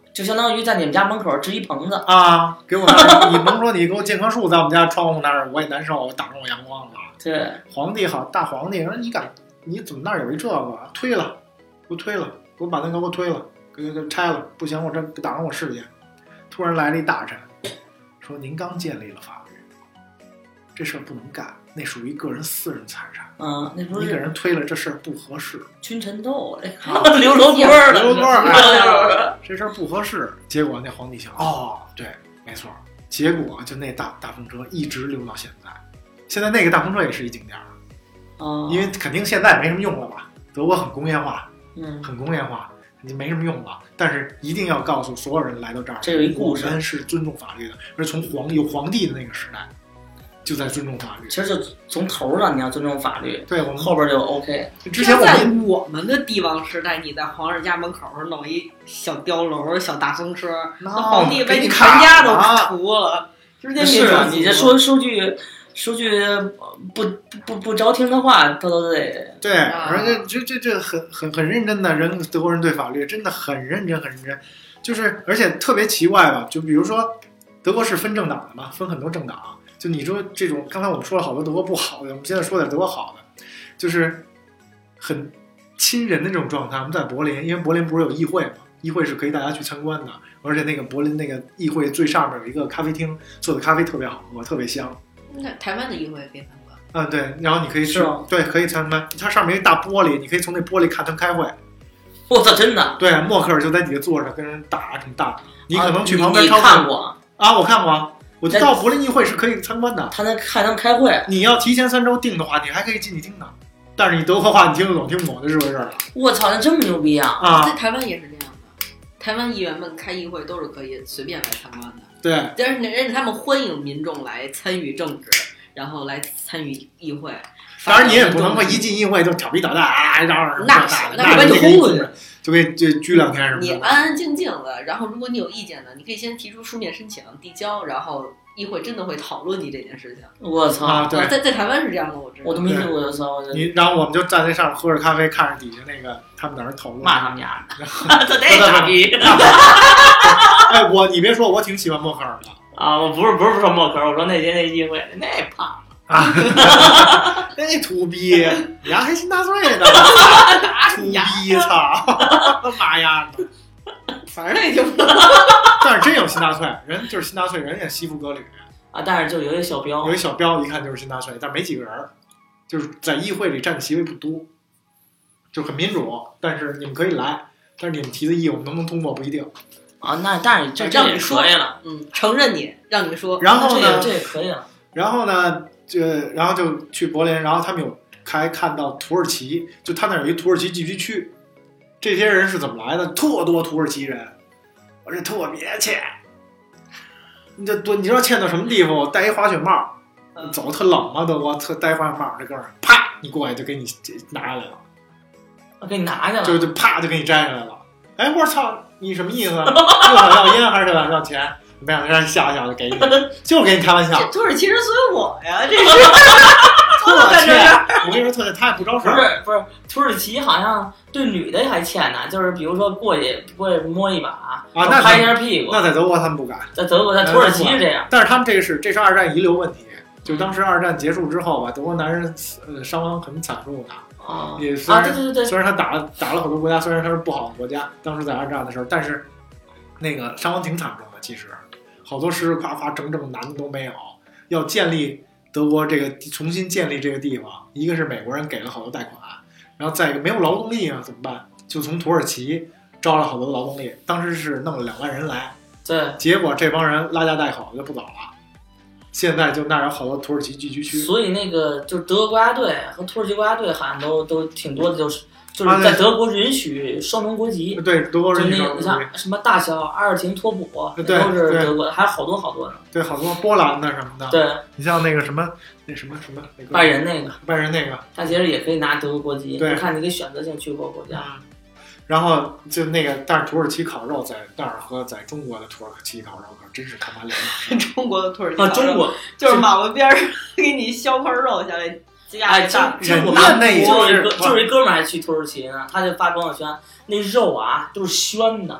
就相当于在你们家门口支一棚子啊，给我那儿，你甭说你给我建棵树在我们家窗户那儿，我也难受，我挡着我阳光了。 对， 皇帝好，大皇帝说你敢，你怎么那儿有一这个？推了，给我推了，给我把那个给我推了，给给拆了，不行，我这挡着我视线。突然来了一大臣，说您刚建立了法律，这事儿不能干，那属于个人私人财产。 嗯，那不是你给人推了，这事儿不合适。 君臣斗，这刘罗锅了， 刘罗锅儿，这事儿不合适。结果那皇帝想，哦，对，没错。结果就那大大风车一直流到现在，现在那个大风车也是一景点儿， 哦， 因为肯定现在没什么用了吧？德国很工业化， 嗯， 很工业化，你没什么用了。但是一定要告诉所有人来到这儿， 这有一故事， 我们是尊重法律的，而从皇有皇帝的那个时代。就在尊重法律， 其实就从头上你要尊重法律， 对，我们后边就 OK。 之前我在我们的帝王时代，你在皇上家门口弄一小碉楼、小大风车，那皇帝把你全家都除了，直接是啊，你这说说句说句不不不着听的话，他都得对，而且这这这很很很认真的人，德国人对法律真的很认真很认真，就是而且特别奇怪吧，就比如说德国是分政党的嘛，分很多政党。就你说这种，刚才我们说了好多德国不好的，我们现在说点德国好的，就是很亲人的这种状态。我们在柏林，因为柏林不是有议会嘛，议会是可以大家去参观的，而且那个柏林那个议会最上面有一个咖啡厅，做的咖啡特别好喝，特别香。 那台湾的议会可以参观。 嗯，对，然后你可以去，对，可以参观。它上面一大玻璃，你可以从那玻璃看他们开会。 我操，真的？ 对，默克尔就在底下坐着跟人打，挺大。你可能去旁边超市、啊、看过啊？我看过。我知道柏林议会是可以参观的， 他能看他们开会。 你要提前三周定的话，你还可以进去听的。但是你德国话你听得懂听不懂，这是回事了。 我操，那这么牛逼啊！ 啊， 在台湾也是这样的，台湾议员们开议会都是可以随便来参观的。 对， 但是而且他们欢迎民众来参与政治，然后来参与议会。 当然你也不能说一进议会就调皮捣蛋啊，嚷嚷那是那那把你轰出去。 就给就拘两天什么的。 你安安静静的，然后如果你有意见呢，你可以先提出书面申请递交，然后议会真的会讨论你这件事情。 我操！ 啊、对， 在在台湾是这样的，我知道。 我都没听过，我操！ 你然后我们就站在上面喝着咖啡，看着底下那个他们在那讨论， 骂他们家，这得傻逼！ 哎，我你别说，我挺喜欢默克尔的啊！我不是不是说默克尔，我说那些那议会那胖。 啊，那土逼，你还信大罪呢？土逼，操！妈呀！ 反正那就， 但是真有新纳粹，人就是新纳粹，人也西服革履啊。但是就有一小标， 有一小标，一看就是新纳粹，但没几个人，就是在议会里占的席位不多，就很民主。但是你们可以来，但是你们提的议我们能不能通过不一定。 啊，那但是这这也可以了， 嗯，承认你，让你说。 然后呢， 这也可以了。 然后呢？就然后就去柏林，然后他们有还看到土耳其，就他那有一土耳其聚居区，这些人是怎么来的？特多土耳其人，而且特别欠。你这多，你知道欠到什么地步？戴一滑雪帽， 嗯、 走特冷嘛，德国特戴滑雪帽，这哥们儿啪，你过来就给你拿下来了， 我给你拿下来了， 就就啪就给你摘下来了。哎，我操，你什么意思？是想要烟还是想要钱？没想让你吓吓的给你，就给你开玩笑。 这土耳其人随我呀，这是特欠。我跟你说，特欠，他也不招事儿。 不是不是，土耳其好像对女的还欠呢，就是比如说过去过去摸一把啊，那拍一下屁股。 那在德国他们不敢， 在德国在土耳其是这样， 但是他们这个是这是二战遗留问题，就当时二战结束之后吧，德国男人呃伤亡很惨重的。 啊， 也虽然、 啊、对对对， 虽然他打了打了好多国家，虽然他是不好的国家，当时在二战的时候，但是那个伤亡挺惨重的，其实。好多时夸夸整整男的都没有，要建立德国这个重新建立这个地方，一个是美国人给了好多贷款，然后再一个没有劳动力啊，怎么办？就从土耳其招了好多劳动力，当时是弄了两万人来， 对， 结果这帮人拉家带口就不走了，现在就那儿有好多土耳其聚居区， 所以那个就是德国国家队和土耳其国家队好像都都挺多的，就是。就是在德国允许双重国籍， 对，德国允许双重国籍。 你像什么大小阿尔廷托普， 对， 都是德国的，还有好多好多呢。 对，好多波兰的什么的。 对， 你像那个什么，那什么什么那个拜仁那个， 拜仁那个， 他其实也可以拿德国国籍， 对， 看你可以选择性去过国家。 嗯、然后就那个，但是土耳其烤肉在那儿和在中国的土耳其烤肉可真是他妈两码。 中国的土耳其烤肉， 啊，中国就是马路边给你削块肉下来。 哎，这这我们那就是就是一哥们儿还去土耳其呢，他就发朋友圈，那肉啊都是宣的，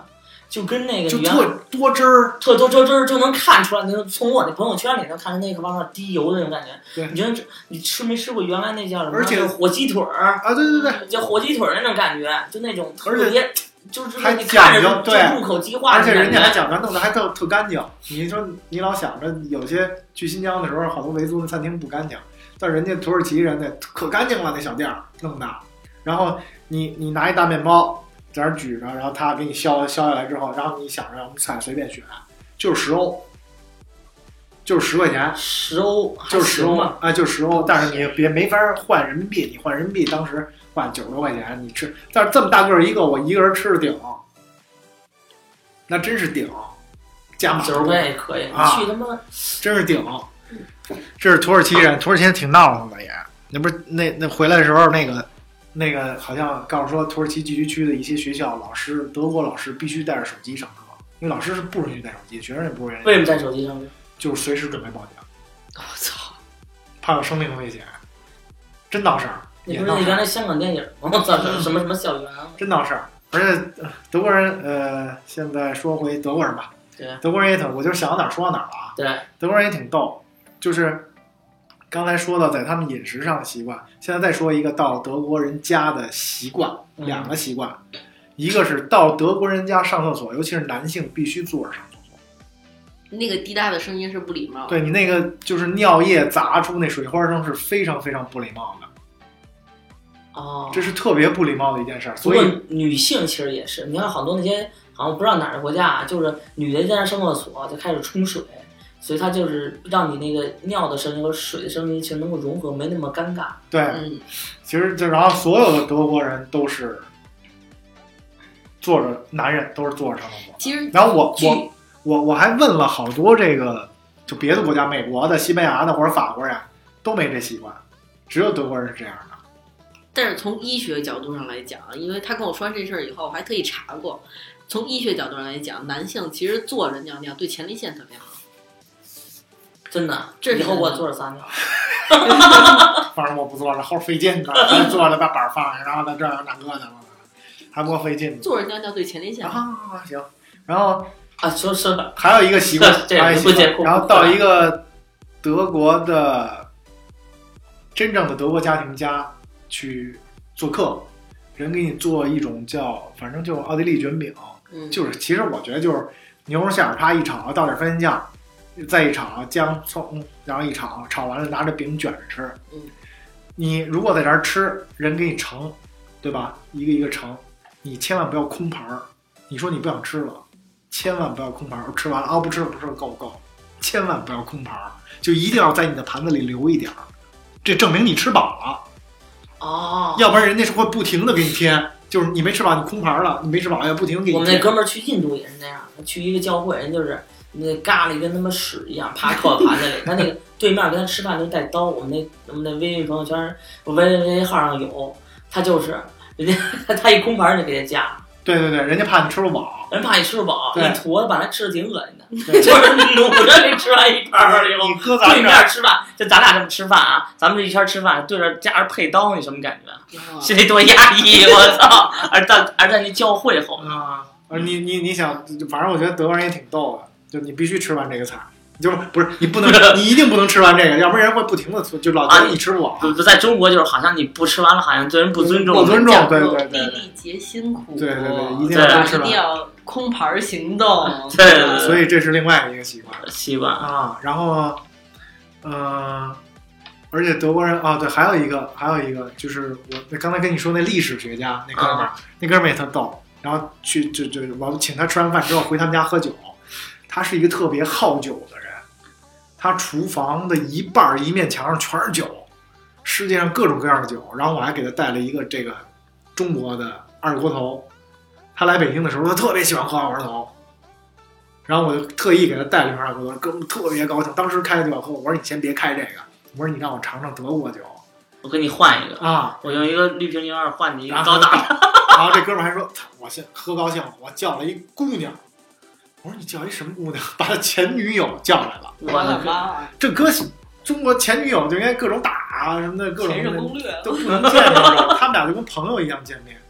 就跟那个就原特多汁儿， 特多多汁儿就能看出来，能从我那朋友圈里能看出那个往上滴油的那种感觉。 对， 你觉得你吃没吃过原来那叫什么？ 而且火鸡腿儿啊，对对对， 叫火鸡腿儿那种感觉，就那种特别，就是还你看着讲究，对， 入口即化， 而且人家还讲究弄得还特特干净。你说你老想着有些去新疆的时候，好多维族的餐厅不干净，但人家土耳其人那可干净了，那小店弄的。然后你你拿一大面包在那儿举着，然后他给你削削下来之后，然后你想着我们菜随便选，就是十欧，就是十块钱， 十欧就是十欧嘛， 啊，就是十欧。但是你别没法换人民币，你换人民币当时换九十多块钱，你吃，但是这么大个儿一个，我一个人吃着顶，那真是顶，加码九十块也可以， 啊， 去他妈真是顶。这是土耳其人，土耳其人挺闹腾的也，那不是那那回来的时候那个。那个好像告诉说，土耳其地区区的一些学校老师，德国老师必须带着手机上课，因为老师是不允许带手机，学生也不允许。 为什么带手机上课？ 就是随时准备报警。 我操， 怕有生命危险，真闹事儿。 你不是那原来香港电影吗？我操，什么什么校园， 真闹事儿。而且德国人，呃，现在说回德国人吧， 对， 德国人也挺，我就想到哪儿说到哪儿了啊。 对， 德国人也挺逗，就是刚才说到在他们饮食上的习惯，现在再说一个到德国人家的习惯，两个习惯，嗯、一个是到德国人家上厕所，尤其是男性必须坐着上厕所。 那个滴答的声音是不礼貌的。 对你那个就是尿液砸出那水花声是非常非常不礼貌的。 哦， 这是特别不礼貌的一件事。所以女性其实也是，你看好多那些好像不知道哪儿的国家，就是女的在那上厕所就开始冲水。所以它就是让你那个尿的声音和水的声音其实能够融合，没那么尴尬。 对， 嗯， 其实就然后所有的德国人都是坐着，男人都是坐着上厕所。 其实， 然后我我我我还问了好多这个就别的国家，美国的、西班牙的或者法国人都没这习惯，只有德国人是这样的。 但是从医学角度上来讲，因为他跟我说完这事儿以后，我还特意查过，从医学角度上来讲，男性其实坐着尿尿对前列腺特别好。 真的， 这以后我坐着撒尿。 反正我不坐着，齁费劲的，坐着把板放下，然后在这儿哪个的，还不费劲。 坐着尿尿对前列腺好。 啊，行。然后啊，说是的， 还有一个习惯， 这个不接然后到一个德国的真正的德国家庭家去做客，人给你做一种叫，反正就奥地利卷饼， 嗯， 就是其实我觉得就是牛肉馅儿，啪一炒，倒点番茄酱。再一炒姜葱，然后一炒，炒完了拿着饼卷着吃。 嗯， 你如果在这儿吃，人给你盛，对吧？一个一个盛，你千万不要空盘儿。你说你不想吃了，千万不要空盘儿。吃完了哦，不吃了，不吃了，够不够？千万不要空盘儿，就一定要在你的盘子里留一点儿，这证明你吃饱了。 哦， 要不然人家是会不停的给你添，就是你没吃饱，你空盘了，你没吃饱要不停地给你添。 我们那哥们儿去印度也是那样，去一个教会，人就是。那咖喱跟他妈屎一样，啪扣盘子里。他那个对面跟他吃饭都带刀，我们那我们那微信朋友圈、微微号上有，他就是人家他一空盘就给他夹。 对对对，人家怕你吃不饱， 人怕你吃不饱，一坨把他吃的挺恶心的， 就是努着你吃完一盘以后， 你搁咱对面吃饭，就咱俩这么吃饭啊，咱们这一圈吃饭，对着夹着配刀，你什么感觉？心里多压抑，我操！而在而在那教会后面啊，你你你想，反正我觉得德国人也挺逗的。就你必须吃完这个菜，就是不是你不能，你一定不能吃完这个，要不然人会不停的就老觉得你吃不饱。 啊、在中国就是好像你不吃完了，好像对人不尊重， 不尊重，对对对， 粒粒皆辛苦， 对对对，一定要吃完， 一定要空盘行动， 对对对， 所以这是另外一个习惯， 习惯啊。然后，嗯、呃，而且德国人啊，对，还有一个，还有一个就是我刚才跟你说那历史学家那哥们儿，啊、那哥们儿也特逗，然后去就就我请他吃完饭之后回他们家喝酒。他是一个特别好酒的人，他厨房的一半一面墙上全是酒，世界上各种各样的酒。然后我还给他带了一个这个中国的二锅头，他来北京的时候他特别喜欢喝二锅头，然后我就特意给他带了一瓶二锅头，哥们特别高兴，当时开了就要喝。我说你先别开这个，我说你让我尝尝德国酒， 我给你换一个啊， 我用一个绿瓶零二换你一个高档的。 然后这哥们还说我先喝高兴了，我叫了一姑娘。我说你叫一什么姑娘？把他前女友叫来了。 我的妈！ 这搁中国前女友就应该各种打啊什么的，各种前任攻略都不能见着，他们俩就跟朋友一样见面。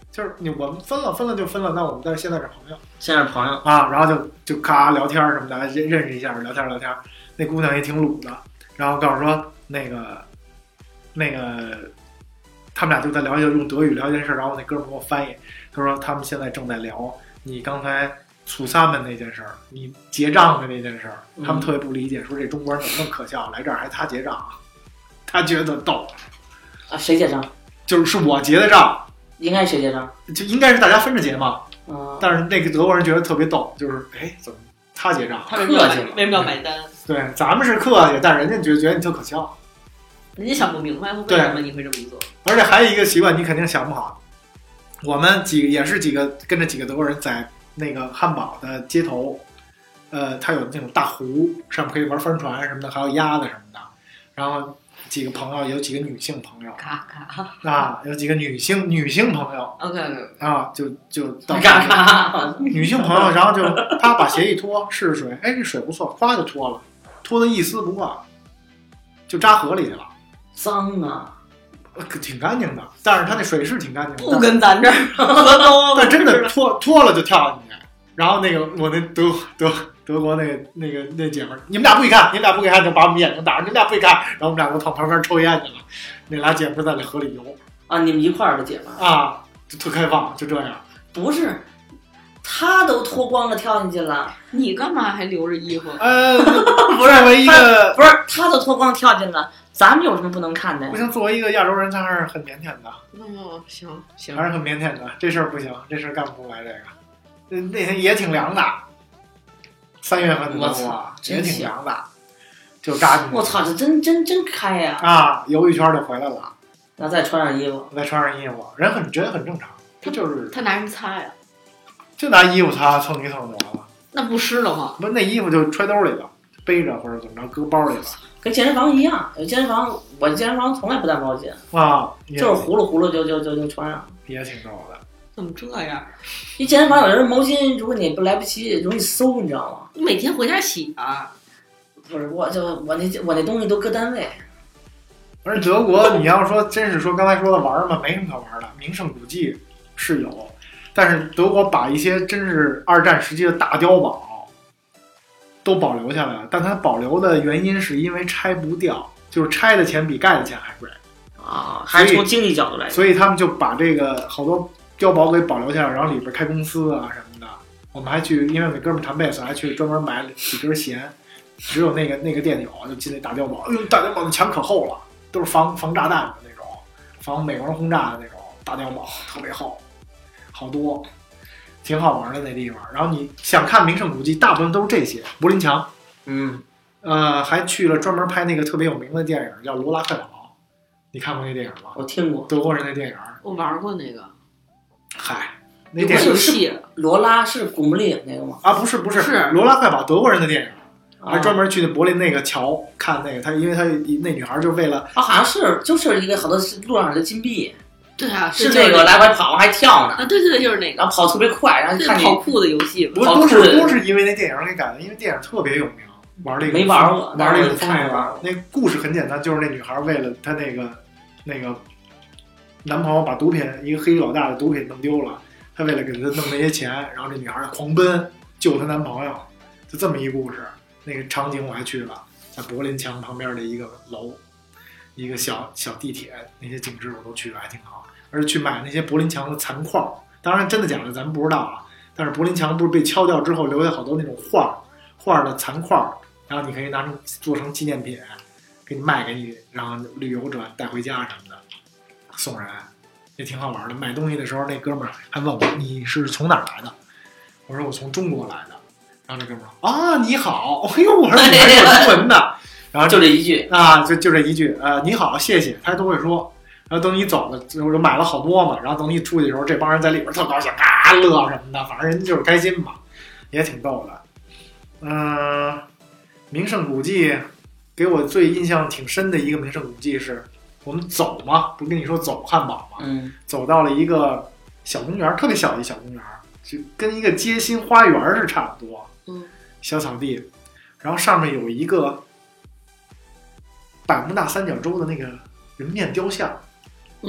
就是你我们分了分了就分了，那我们在现在是朋友， 现在是朋友啊，然后就就咔聊天什么的，认认识一下，聊天聊天。那姑娘也挺鲁的，然后告诉说那个那个他们俩就在聊，就用德语聊一件事，然后那哥们给我翻译，他说他们现在正在聊你刚才楚三们那件事儿，你结账的那件事儿，他们特别不理解，说这中国人怎么那么可笑，来这儿还他结账，他觉得逗啊，谁结账？ 就是是我结的账。 应该是谁结账？ 就应该是大家分着结嘛。 嗯， 但是那个德国人觉得特别逗，就是哎，怎么他结账？ 他为什么要买？为什么要买单？ 对，咱们是客气，但人家觉得觉得你特可笑。 人家想不明白，为什么你会这么做？ 而且还有一个习惯，你肯定想不好。我们几个也是几个跟着几个德国人在那个汉堡的街头，呃，它有那种大湖，上面可以玩帆船什么的，还有鸭子什么的，然后。几个朋友，有几个女性朋友， 咔咔啊，有几个女性女性朋友 ，OK OK， 啊，就就到咔咔， 女性朋友，然后就他把鞋一脱，试试水，哎，这水不错，咵就脱了，脱的一丝不挂，就扎河里去了， 脏啊， 挺干净的，但是他那水是挺干净的， 不跟咱这儿河东， 但真的脱脱了就跳进去，然后那个我那德德。德国那个那个那姐们儿，你们俩不许看，你们俩不许看，就把我们眼睛打着，你们俩不许看，然后我们俩都躺旁边抽烟去了。那俩姐们儿在那河里游啊，你们一块儿的姐们儿啊，就特开放，就这样。 不是，他都脱光了跳进去了， 你干嘛还留着衣服？ 呃，不是，作为一个不是他都脱光跳进了，咱们有什么不能看的？ 不行，作为一个亚洲人，他还是很腼腆的。 哦，行行， 还是很腼腆的，这事儿不行，这事儿干不出来。这个，那天也挺凉的。三月份的时候也挺凉的，就扎进去。 我操，这真真真开呀！ 啊，游一圈就回来了。 那再穿上衣服， 再穿上衣服，人很人很正常。他就是他拿什么擦呀？ 就拿衣服擦，蹭一蹭就完了。 那不湿了吗？ 不，那衣服就揣兜里了，背着或者怎么着，搁包里了。 跟健身房一样，有健身房，我健身房从来不带毛巾啊， 就是葫芦葫芦就就就就穿上。 也挺逗的。 怎么这样？ 一健身房有人毛巾，如果你不来不及，容易馊，你知道吗？ 你每天回家洗啊？ 不是，我就我那我那东西都搁单位。 而德国，你要说真是说刚才说的玩嘛，没什么可玩的，名胜古迹是有，但是德国把一些真是二战时期的大碉堡都保留下来了，但它保留的原因是因为拆不掉，就是拆的钱比盖的钱还贵啊，还是从经济角度来说， 所以他们就把这个好多碉堡给保留下来，然后里边开公司啊什么的。我们还去，因为我们哥们弹贝斯，还去专门买了几根弦，只有那个那个店有，就进那大碉堡。哎呦，大碉堡的墙可厚了，都是防防炸弹的那种，防美国人轰炸的那种大碉堡，特别厚，好多，挺好玩的那地方。然后你想看名胜古迹，大部分都是这些，柏林墙， 嗯， 呃，还去了专门拍那个特别有名的电影叫《罗拉快跑》，你看过那电影吗？ 我听过， 德国人那电影， 我玩过那个。 嗨，那电影游戏罗拉是古墓丽影那个吗？ 啊，不是不是， 是罗拉快跑，德国人的电影， 啊、 还专门去那柏林那个桥看那个，他因为他那女孩就为了啊，好像是就是一个好多路上的金币， 对啊， 是那个来回跑还跳呢， 啊，对对对，就是那个， 然后跑特别快，然后看跑酷的游戏， 不都是都是因为那电影给改的，因为电影特别有名，玩这个没玩过， 玩这个风看玩那故事很简单，就是那女孩为了她那个那个男朋友把毒品一个黑老大的毒品弄丢了。他为了给他弄那些钱，然后这女孩狂奔救她男朋友，就这么一故事。那个场景我还去了，在柏林墙旁边的一个楼，一个小小地铁，那些景致我都去了，还挺好。而且去买那些柏林墙的残块，当然真的假的咱们不知道啊。但是柏林墙不是被敲掉之后留下好多那种画画的残块，然后你可以拿成做成纪念品，给你卖给你，然后旅游者带回家什么的，送人。也挺好玩的。买东西的时候，那哥们儿还问我你是从哪儿来的？我说我从中国来的。然后那哥们儿说啊你好，哎呦，我说你还有中文的。然后就这一句啊，就就这一句，呃，你好，谢谢，他都会说。然后等你走了，我就买了好多嘛。然后等你出去的时候，这帮人在里边特高兴，啊乐什么的，反正人就是开心嘛，也挺逗的。嗯、呃，名胜古迹给我最印象挺深的一个名胜古迹是。我们走嘛，不跟你说走汉堡嘛， 嗯， 走到了一个小公园，特别小的一小公园，就跟一个街心花园是差不多， 嗯， 小草地，然后上面有一个百慕大三角洲的那个人面雕像， 嗯，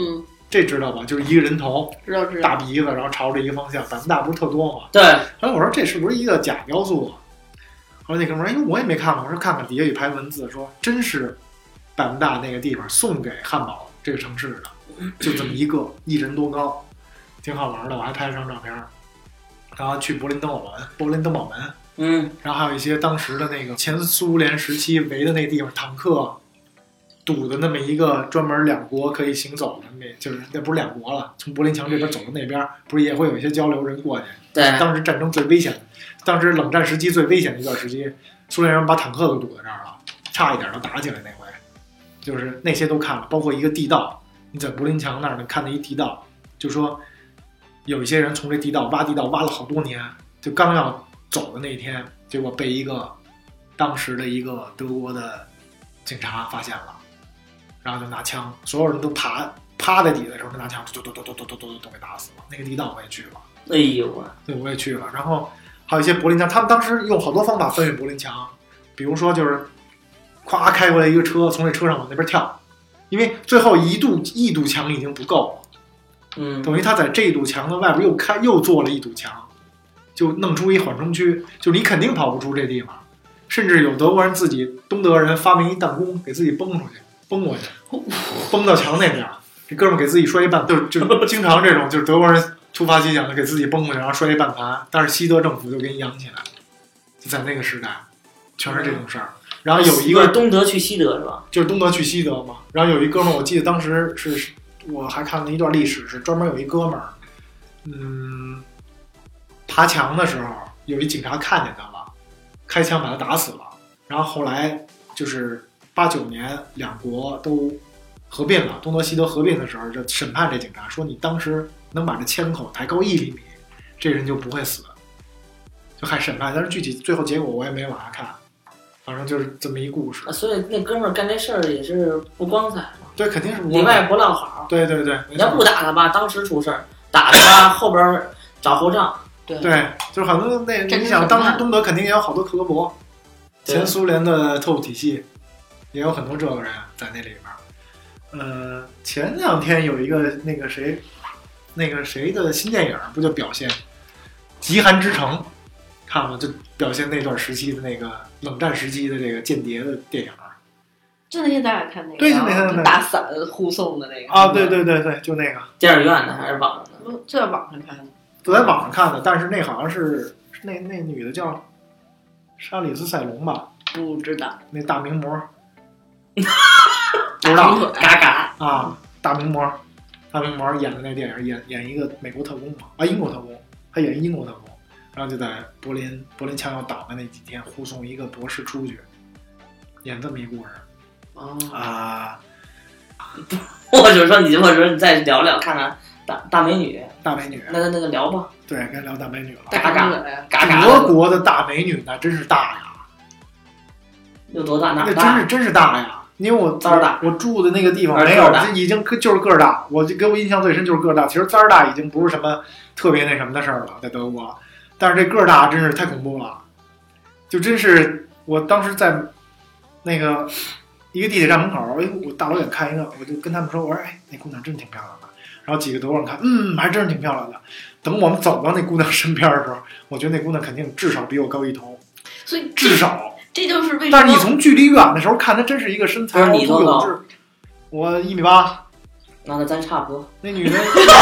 这知道吧？就是一个人头， 知道知道。 大鼻子，然后朝着一个方向，百慕大不是特多吗？ 对。 后来我说这是不是一个假雕塑啊？后来那哥们儿，哎，我也没看过。我说看看底下有排文字说，真是百慕大那个地方送给汉堡这个城市的，就这么一个，一人多高，挺好玩的。我还拍了张照片。然后去柏林登堡门，柏林登堡门， 嗯， 然后还有一些当时的那个前苏联时期围的那地方，坦克堵的那么一个专门两国可以行走的，那就是那不是两国了，从柏林墙这边走到那边，不是也会有一些交流人过去？ 对， 当时战争最危险的，当时冷战时期最危险的一段时期，苏联人把坦克都堵在这儿了，差一点都打起来那回，就是那些都看了，包括一个地道，你在柏林墙那儿能看到一地道，就说。有一些人从这地道挖地道挖了好多年，就刚要走的那一天，结果被一个当时的一个德国的警察发现了，然后就拿枪，所有人都趴趴在底下的时候，拿枪咚咚咚咚咚咚咚咚都给打死了。那个地道我也去了， 哎呦啊， 对，我也去了。然后还有一些柏林墙，他们当时用好多方法分析柏林墙，比如说就是咵开过来一个车，从这车上往那边跳，因为最后一堵一堵墙已经不够了。 嗯， 等于他在这堵墙的外边又开又做了一堵墙，就弄出一缓冲区，就你肯定跑不出这地方。甚至有德国人自己东德人发明一弹弓，给自己崩出去，崩过去，崩到墙那边。这哥们给自己摔一半，就就经常这种，就是德国人突发奇想的给自己崩过去，然后摔一半盘。但是西德政府就给你养起来，就在那个时代，全是这种事儿。然后有一个东德去西德是吧？ 就是东德去西德嘛。然后有一哥们儿，我记得当时是。我还看了一段历史，是专门有一哥们儿，嗯，爬墙的时候，有一警察看见他了，开枪把他打死了。然后后来就是八九年，两国都合并了，东德西德合并的时候，就审判这警察，说你当时能把这枪口抬高一厘米，这人就不会死，就还审判。但是具体最后结果我也没往下看，反正就是这么一故事。 啊、所以那哥们儿干这事儿也是不光彩。 对，肯定是里外不落好。 对对对， 你要不打他吧，当时出事儿；打他吧，后边找后账。 对对，就是很多那你想，当时东德肯定也有好多克格勃，前苏联的特务体系也有很多这个人在那里边。呃，前两天有一个那个谁，那个谁的新电影不就表现《极寒之城》，看了就表现那段时期的那个冷战时期的这个间谍的电影。 就那天咱俩看那个， 对，就那天那个打伞护送的那个啊，对对对对，就那个电影院的还是网上的？ 就在网上看的， 都在网上看的，但是那好像是那那女的叫莎莉丝·塞隆吧？ 不知道， 那大名模，不知道， 嘎嘎啊，大名模，大名模演的那电影，演演一个美国特工嘛，啊，英国特工，他演英国特工，然后就在柏林柏林墙要倒的那几天护送一个博士出去，演这么一故事。 哦啊， 或者说你或者说你再聊聊看看大大美女， 大美女， 那那那个聊吧， 对，该聊大美女了。 嘎嘎嘎嘎， 德国的大美女那真是大呀， 有多大？那那真是真是大呀。因为我灾儿大， 我住的那个地方没有，已经就是个儿大。我就给我印象最深就是个儿大。其实灾儿大已经不是什么特别那什么的事儿了，在德国。但是这个儿大真是太恐怖了，就真是我当时在那个一个地铁站门口，哎，我大老远看一个，我就跟他们说，我说，哎，那姑娘真挺漂亮的。然后几个德国人看，嗯，还真是挺漂亮的。等我们走到那姑娘身边的时候，我觉得那姑娘肯定至少比我高一头， 所以至少。 这就是为什么。 但是你从距离远的时候看，她真是一个身材凹凸有致。 我一米八， 那那咱差不多。 那女的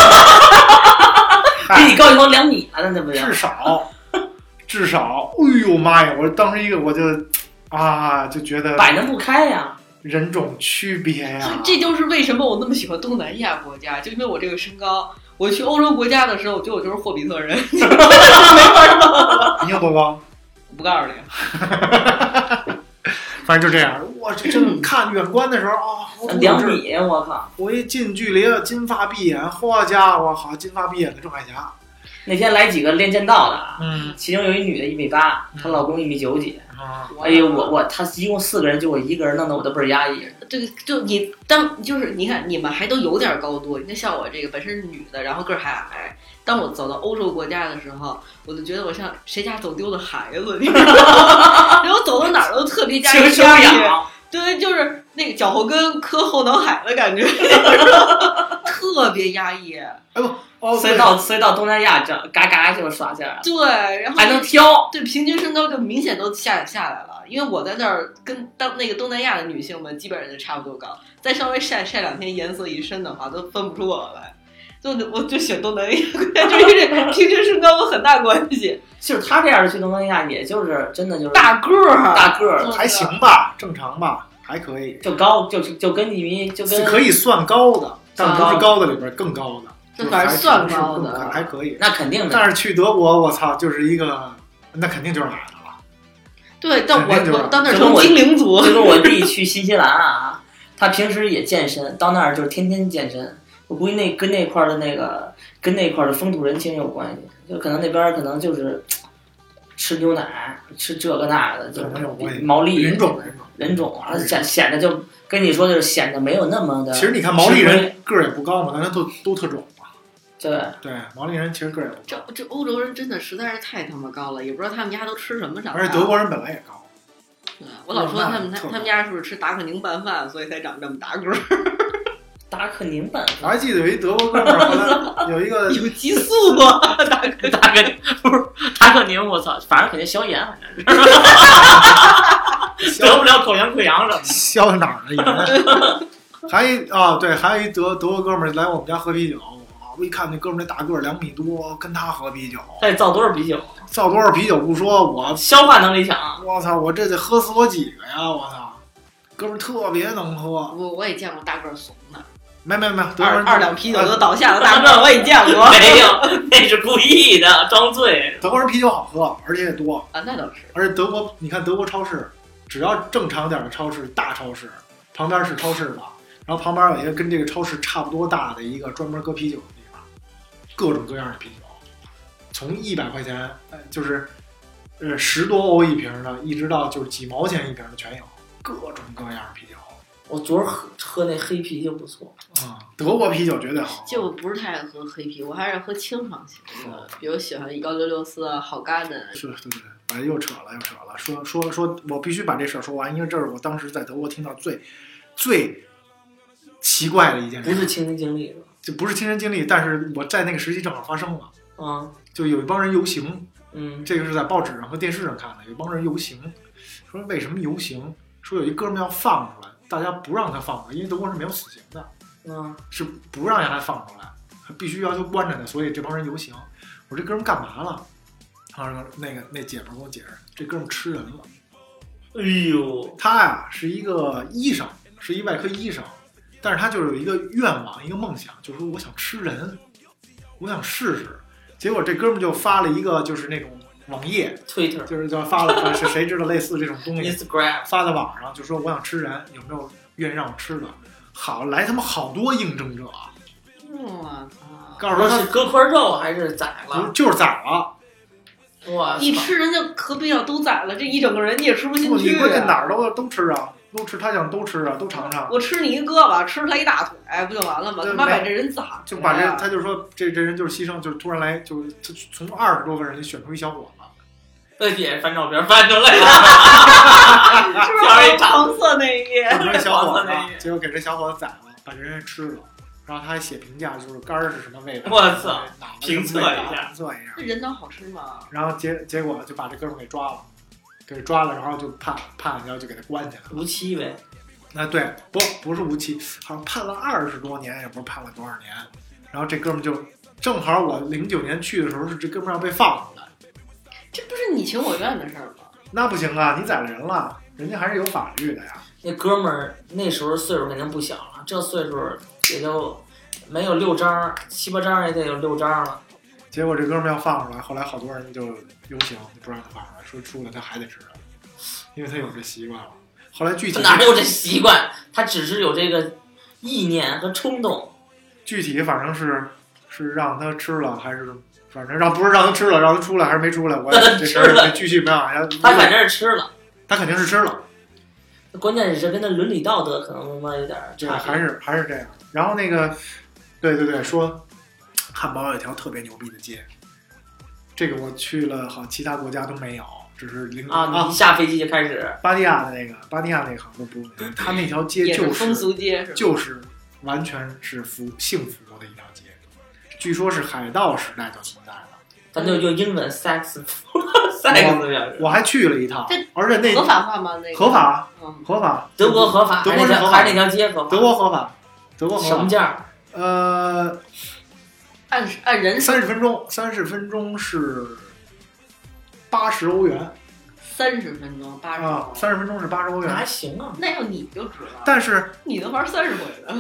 比你高一头两米了，那不行。 至少，至少，哎呦妈呀！我当时一个我就啊就觉得摆弄不开呀。 人种区别呀、啊， 这就是为什么我那么喜欢东南亚国家，就因为我这个身高。我去欧洲国家的时候，我觉得我就是霍比特人，没法弄。 你有多高？ 我不告诉你。 反正就这样。哇，这正看远观的时候啊， 两米，我靠！ 我一近距离，金发碧眼，嚯家伙，好，金发碧眼的郑海霞。 那天来几个练剑道的， 嗯， 其中有一女的一米八，她老公一米九几。 啊！ 哎呦，我我他一共四个人，就我一个人，弄得我都倍儿压抑。 这个就你当就是你看你们还都有点高度，那像我这个本身是女的，然后个儿还矮。当我走到欧洲国家的时候，我就觉得我像谁家走丢的孩子，你知道吗？然后走到哪儿都特别加一压抑，对，就是那个脚后跟磕后脑海的感觉，特特别压抑。 哎不，哦， 所以到所以到东南亚这嘎嘎就刷下来了。 对，然后还能挑， 对，平均身高就明显都下下来了。因为我在那儿跟当那个东南亚的女性们基本上就差不多高，再稍微晒晒两天颜色一深的话，都分不出我来。就我就选东南亚，就是这平均身高有很大关系。 就是他这样的去东南亚，也就是真的就是大个儿， 大个儿还行吧，正常吧，还可以， 就高，就就跟你就跟可以算高的，但不是高的里边更高的， 就反正算高的， 还可以。 那肯定的。 但是去德国，我操，就是一个，那肯定就是矮的了。 对，但我我到那儿成精灵族， 就跟我弟去新西兰啊，他平时也健身，到那儿就是天天健身。我估计那跟那块的那个跟那块的风土人情有关系，就可能那边可能就是吃牛奶，吃这个那个的，就是毛利人种人种人种，而显显得就跟你说就是显得没有那么的。 其实你看毛利人个儿也不高嘛，但是都都特壮嘛。 对对，毛利人其实个儿也不高。 这这欧洲人真的实在是太他妈高了，也不知道他们家都吃什么长大。 而且德国人本来也高。 对，我老说他们他他们家是不是吃达克宁拌饭，所以才长这么大个儿。 达克宁拌饭， 我还记得有一德国哥们儿，后来有一个有激素吗？达克达克不是达克宁，我操，反正肯定消炎，反正是得不了口腔溃疡什么的。 消哪儿的炎？还一啊，对，还有一德德国哥们儿来我们家喝啤酒，我一看那哥们儿那大个儿两米多，跟他喝啤酒， 他得造多少啤酒？ 造多少啤酒不说，我消化能力强。 我操，我这得喝死我几个呀！我操，哥们儿特别能喝。 我我也见过大个儿怂的。 没没没， 二二两啤酒都倒下了，大个我也见过。 没有，那是故意的，装醉。 德国人啤酒好喝，而且也多啊，那倒是。 而且德国，你看德国超市，只要正常点的超市，大超市旁边是超市吧，然后旁边有一个跟这个超市差不多大的一个专门搁啤酒的地方，各种各样的啤酒，从一百块钱，就是呃十多欧一瓶的，一直到就是几毛钱一瓶的全有，各种各样的啤酒。 我昨儿喝喝那黑啤就不错啊、嗯，德国啤酒绝对好。 就我不是太爱喝黑啤，我还是喝清爽型的，比如喜欢幺六六四啊、好干的。 是，对对对，哎，又扯了又扯了，说说说，我必须把这事儿说完，因为这是我当时在德国听到最最奇怪的一件事， 不是亲身经历是吧？ 就不是亲身经历，但是我在那个时期正好发生了。 嗯， 就有一帮人游行， 嗯， 这个是在报纸上和电视上看的，有一帮人游行，说为什么游行？说有一哥们要放出来。大家不让他放出来，因为德国是没有死刑的， 嗯， 是不让他放出来，必须要求关着他，所以这帮人游行。我说这哥们干嘛了？然后那个那姐们跟我解释，这哥们吃人了。 哎呦， 他呀是一个医生，是一外科医生，但是他就有一个愿望，一个梦想，就是说我想吃人，我想试试。结果这哥们就发了一个就是那种网页 Twitter 就是叫发了是谁知道类似这种东西 Instagram 发在网上，就说我想吃人，有没有愿意让我吃的？好，来他妈好多应征者， 我操！ 告诉说是割块肉还是宰了？ 就是宰了。 哇！ 你吃人家何必要都宰了？这一整个人你也吃不进去、啊。 你关键哪儿都都吃啊，都吃，他想都吃啊，都尝尝。 我吃你一胳膊，吃他一大腿，不就完了吗？他妈把这人宰了， 就把这，他就说这这人就是牺牲，就是突然来，就是从二十多个人里选出一小伙子。 在底下翻照片翻出来了， 是不是黄色那一页？ 选出一小伙子，结果给这小伙子宰了，把这人吃了。然后他还写评价，就是肝儿是什么味道。 我操！评测一下， 评测一下。 这人脑好吃吗？ 然后结结果就把这哥们儿给抓了，给抓了，然后就判判，然后就给他关起来了。 无期呗。 啊，对，不不是无期，好像判了二十多年，也不是判了多少年。然后这哥们儿就正好我零九年去的时候，是这哥们儿要被放出来。 这不是你情我愿的事儿吗？ 那不行啊，你宰了人了，人家还是有法律的呀。 那哥们儿那时候岁数肯定不小了，这岁数也就没有六张，七八张也得有六张了。 结果这哥们儿要放出来，后来好多人就游行，就不让他放出来，说出来他还得吃，因为他有这习惯了。后来具体哪有这习惯？他只是有这个意念和冲动。 具体反正是是让他吃了，还是反正让不是让他吃了，让他出来还是没出来？我这事儿继续没往下。 他肯定是吃了， 他肯定是吃了。 关键是跟他伦理道德可能他妈有点差， 还是还是这样。然后那个，对对对，说汉堡有一条特别牛逼的街，这个我去了，好其他国家都没有，只是零啊，你一下飞机就开始。 巴蒂亚的那个巴蒂亚那个航空不，他那条街就是风俗街是吧？ 就是完全是服幸福的一条街，据说是海盗时代就存在的。 咱就用英文 sex sex 我还去了一趟，而且那合法化吗？那个合法， 嗯， 合法， 德国合法， 德国是合法， 还是那条街合法？ 德国合法，德国合法。 什么价？ 呃， 按按人三十分钟，三十分钟是八十欧元。 三十分钟八十啊，三十分钟是八十欧元， 还行啊。 那要你就值了。 但是你能玩三十回的。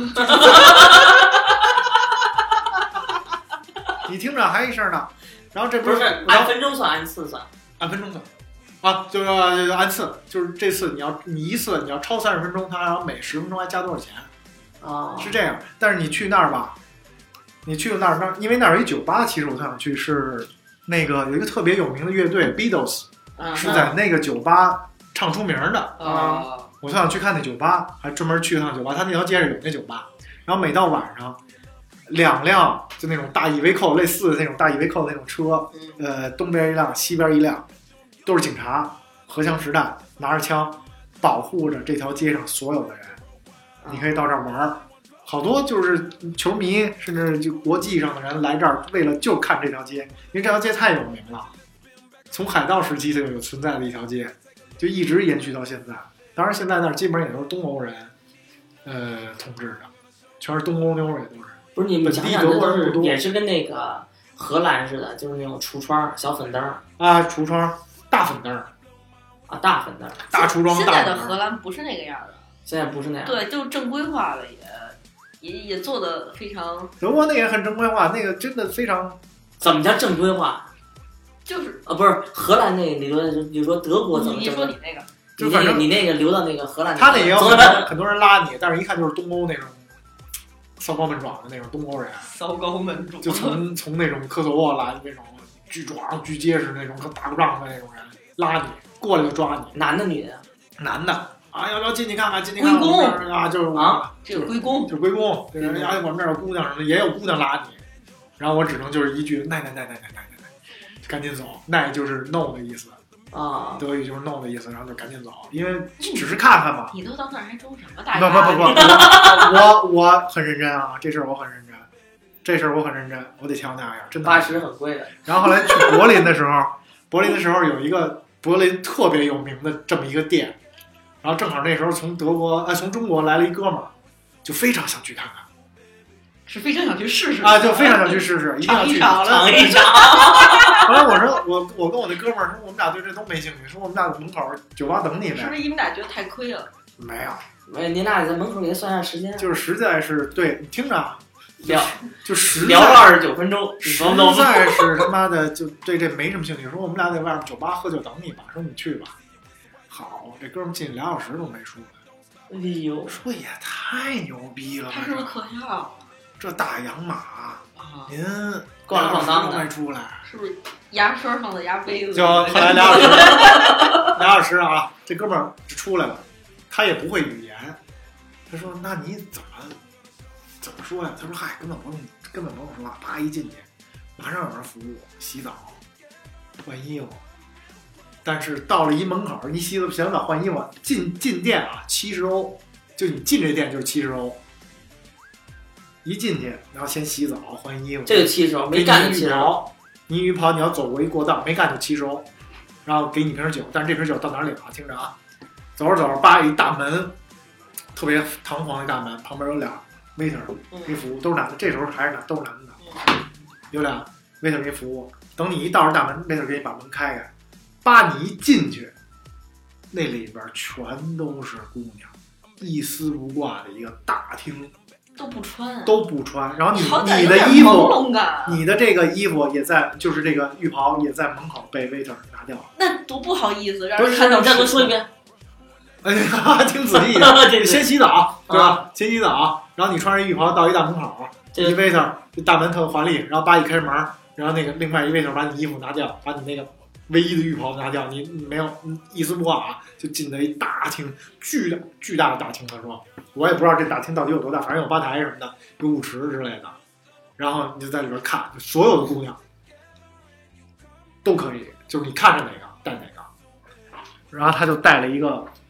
你听着还一事儿呢，然后这不是按分钟算，按次算， 按分钟算，啊，就是按次，就是这次你要你一次你要超三十分钟，它然后每十分钟还加多少钱？ 啊， 是这样。但是你去那儿吧，你去那儿那儿，因为那儿有一酒吧，其实我特想去，是那个有一个特别有名的乐队 Beatles，、嗯、是在那个酒吧唱出名的啊。 我特想去看那酒吧，还专门去一趟酒吧，他那条街上有那酒吧，然后每到晚上。两辆就那种大 E V 扣类似的那种大 E V 扣的那种车，呃，东边一辆，西边一辆，都是警察，荷枪实弹，拿着枪保护着这条街上所有的人。你可以到这儿玩，好多就是球迷，甚至就国际上的人来这儿，为了就看这条街，因为这条街太有名了，从海盗时期就有存在的一条街，就一直延续到现在。当然，现在那儿基本上也都是东欧人，呃，统治的，全是东欧妞也都是。 不是你们讲讲的都是也是跟那个荷兰似的，就是那种橱窗小粉灯啊，橱窗大粉灯啊，大粉灯大橱窗。 现在的荷兰不是那个样的， 现在不是那样。 对，就正规化了也，也也做的非常。 德国那个也很正规化，那个真的非常。 怎么叫正规化？ 就是啊，不是荷兰那个理论，就你说德国怎么？ 你说你那个， 你那个你那个留到那个荷兰， 他那也有很多很多人拉你，但是一看就是东欧那种。骚高闷壮的那种东欧人， 骚高闷壮， 就从从那种科索沃来的那种巨壮巨结实那种和打过仗的那种人拉你过来就抓你， 男的女的？ 男的啊，要不要进去看看？进去看看。 归公啊，就是啊，这个归公， 就是归公。对，人家我们这儿有姑娘什么，也有姑娘拉你，然后我只能就是一句奈奈奈奈奈奈奈奈，赶紧走。奈就是 no 的意思。 啊， 德语就是 no 的意思，然后就赶紧走，因为只是看看嘛。 你都到那儿还装什么大？ 不不不不，我我很认真啊，这事儿我很认真，这事儿我很认真，我得强调一下，真的。 八十很贵的。 然后后来去柏林的时候，柏林的时候有一个柏林特别有名的这么一个店，然后正好那时候从德国呃从中国来了一哥们儿，就非常想去看看。 是非常想去试试啊，就非常想去试试，一定要去尝一尝。 后来我说，我我跟我那哥们儿说，我们俩对这都没兴趣，说我们俩在门口酒吧等你呗。 是不是你们俩觉得太亏了？ 没有， 没，你俩在门口给他算下时间。 就是实在是对你听着， 聊就实聊了二十九分钟， 实在是他妈的就对这没什么兴趣。说我们俩在外面酒吧喝酒等你吧，说你去吧。好，这哥们进俩小时都没出来。哎呦， 说也太牛逼了吧！ 他是不是嗑药？ 这大洋马啊， 您咣啷咣当的没出来， 是不是牙刷放在牙杯子？ 就后来俩小时，俩小时啊，这哥们儿就出来了，他也不会语言，他说：“那你怎么怎么说呀？”他说：“嗨，根本不用，根本不用说话，啪一进去，马上有人服务，洗澡、换衣服。但是到了一门口，你洗澡、洗完澡换衣服，进进店啊，七十欧，就你进这店就是七十欧。”一进去，然后先洗澡换衣服， 这个七十欧没干就七十欧。 你浴袍你要走过一过道，没干就七十欧，然后给你瓶酒，但是这瓶酒到哪里了？听着啊，走着走着，叭一大门，特别堂皇的大门，旁边有俩 waiter 给服务，都是男的，这时候还是男，都是男的，有俩 waiter 给服务。等你一到着大门 ，waiter 给你把门开开，叭你一进去，那里边全都是姑娘，一丝不挂的一个大厅。 都不穿、啊， 都不穿。然后你你你的衣服， 你的这个衣服也在，就是这个浴袍也在门口被 waiter 拿掉了。 那多不好意思，让人看到。再给我说一遍。 哎呀，挺仔细的。先洗澡，对吧？先洗澡，然后你穿着浴袍到一大门口，一 waiter 这大门特华丽，然后把一开门，然后那个另外一 waiter 把你衣服拿掉，把你那个唯一的浴袍拿掉，你没有一丝不挂啊，就进了一大厅，巨大巨大的大厅。他说。我也不知道这大厅到底有多大，反正有吧台什么的，有舞池之类的。然后你就在里边看，所有的姑娘都可以，就是你看着哪个带哪个。然后他就带了一个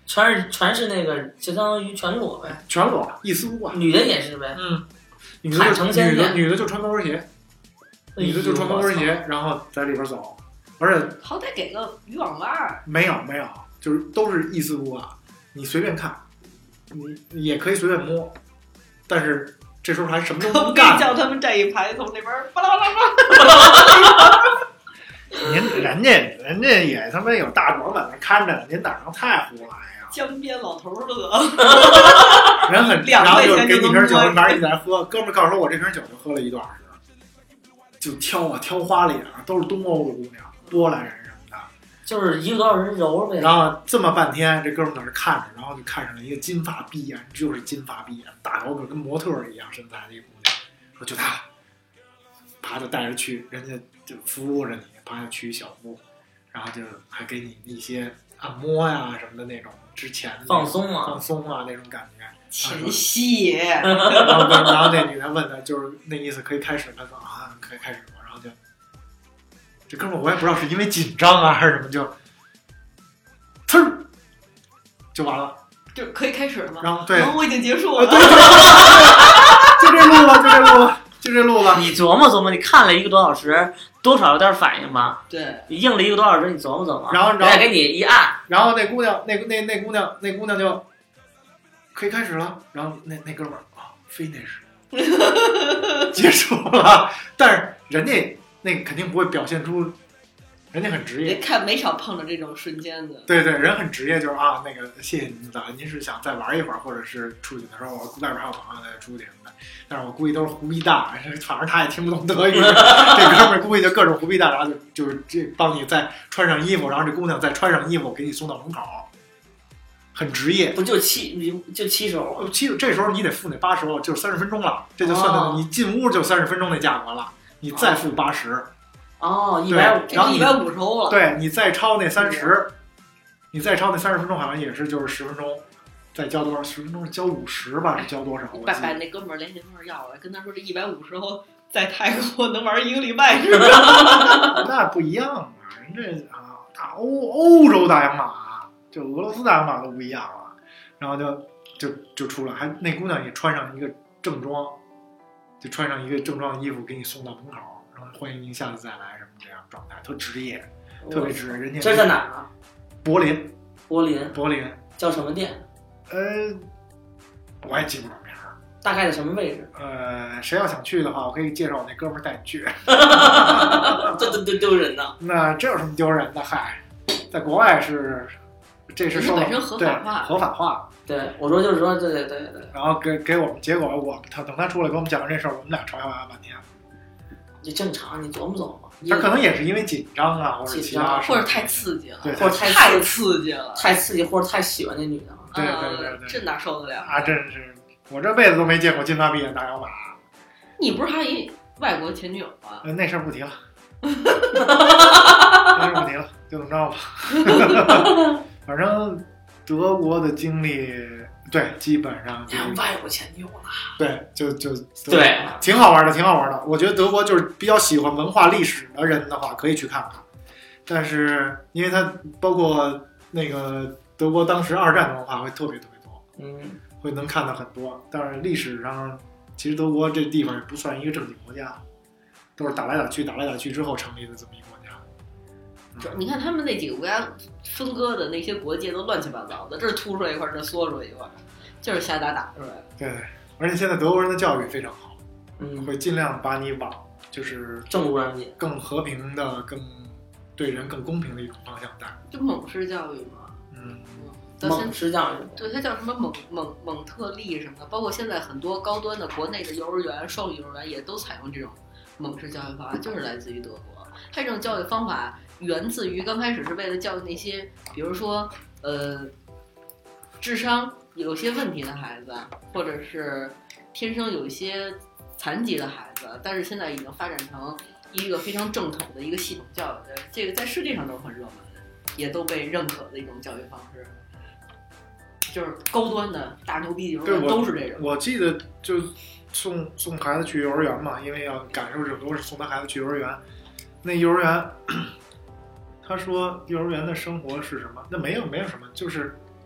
全是全是那个，就相当于全裸呗， 全裸一丝不挂。 女的也是呗， 嗯，女的就女的女的就穿高跟鞋，女的就穿高跟鞋，然后在里边走，而且好歹给个渔网袜。 没有没有，就是都是一丝不挂，你随便看，你也可以随便摸，但是这时候还什么都不干。 叫他们站一排，从那边巴拉巴拉巴拉。 您人家人家也他妈有大壮在那看着，您哪能太胡来呀？ 江边老头乐， 人很，然后就给你瓶酒，拿你在喝。哥们告诉我，我这瓶酒就喝了一多小时，就挑啊挑花脸啊，都是东欧的姑娘，波兰人什么的， 就是一个多小时揉呗。 然后这么半天，这哥们在那看着，然后就看上了一个金发碧眼，就是金发碧眼，大高个跟模特一样身材的一个姑娘，说就她，啪就带着去，人家就服务着你，啪就去小屋，然后就还给你一些按摩呀什么的那种。之前放松啊， 放松啊那种感觉， 前戏。 然后然后那女的问他，就是那意思可以开始了，他说啊可以开始了，然后就这哥们我也不知道是因为紧张啊还是什么，就呲儿就完了， 就可以开始了吗？ 然后对， 然后我已经结束了， 对对对就这路了，就这路了，就这路了。 你琢磨琢磨，你看了一个多小时，多少有点反应吧？ 对， 你硬了一个多小时，你琢磨琢磨， 然后然后再给你一按， 然后那姑娘，那那那姑娘，那姑娘就可以开始了。然后那那哥们儿啊 ，finish， 结束了。但是人家那肯定不会表现出，人家很职业。 看没少碰着这种瞬间的。 对对，人很职业，就是啊，那个谢谢您的，您是想再玩一会儿，或者是出去的时候，我外边还有朋友在出去什么的。但是我估计都是胡逼蛋，反正他也听不懂德语。这哥们儿估计就各种胡逼蛋，然后就就是这帮你再穿上衣服，然后这姑娘再穿上衣服给你送到门口，很职业。 不就七就七手？ 七这时候你得付那八十欧，就是三十分钟了，这就算的、哦、你进屋就三十分钟那价格了，你再付八十。 哦，一百五， 然后一百五十欧了。 对你再超那三十，你再超那三十分钟好像也是就是十分钟。再交多少？十分钟是交五十吧？是交多少？ 把把那哥们儿联系方式要来，跟他说这一百五十欧在泰国能玩一个礼拜是吧？ 那不一样啊，人这啊，大欧欧洲大洋马，就俄罗斯大洋马都不一样了。然后就就就出来，还那姑娘也穿上一个正装，就穿上一个正装衣服给你送到门口，然后欢迎您下次再来什么这样状态，特职业，特别职业。人家这是在哪儿啊？ 柏林， 柏林， 柏林叫什么店？ 呃，我也记不住名儿， 大概在什么位置？ 呃，谁要想去的话，我可以介绍我那哥们儿带你去。 这都丢丢人呢？ 那这有什么丢人的？嗨，在国外是，这是受到本身合法化， 合法化。 对，我说就是说，对对对对。 然后给给我们，结果我他等他出来给我们讲完这事儿，我们俩吵架半天。 这正常，你琢磨琢磨。 他可能也是因为紧张啊，或者其他， 或者太刺激了， 对， 或者太刺激了， 太刺激，或者太喜欢那女的了。 对对对对， 这哪受得了啊！真是，我这辈子都没见过金发碧眼大洋马。 你不是还有一外国前女友吗？ 呃，那事儿不提了，那事儿不提了，就这么着吧。反正德国的经历，对，基本上就外国前女友了。 对，就就对， 挺好玩的，挺好玩的。我觉得德国就是比较喜欢文化历史的人的话，可以去看看。但是因为它包括那个。德国当时二战的文化会特别特别多， 嗯， 会能看到很多。但是历史上，其实德国这地方也不算一个正经国家，都是打来打去、打来打去之后成立的这么一个国家。 嗯、你看他们那几个国家分割的那些国界都乱七八糟的，这凸出来一块，这缩出来一块，就是瞎打打出来的。 对，而且现在德国人的教育非常好， 嗯， 会尽量把你往就是正路上进， 更和平的、更对人更公平的一种方向带。 就蒙氏教育嘛。 嗯， 蒙氏教育， 对，它叫什么蒙蒙蒙特利什么的，包括现在很多高端的国内的幼儿园、双语幼儿园也都采用这种蒙氏教育方法，就是来自于德国。它这种教育方法源自于刚开始是为了教育那些，比如说呃，智商有些问题的孩子，或者是天生有一些残疾的孩子，但是现在已经发展成一个非常正统的一个系统教育的，这个在世界上都很热门。也都被认可的一种教育方式，就是高端的大牛逼幼儿园都是这种。 我记得就送送孩子去幼儿园嘛，因为要感受这种都是送他孩子去幼儿园。那幼儿园，他说幼儿园的生活是什么？那没有没有什么，就是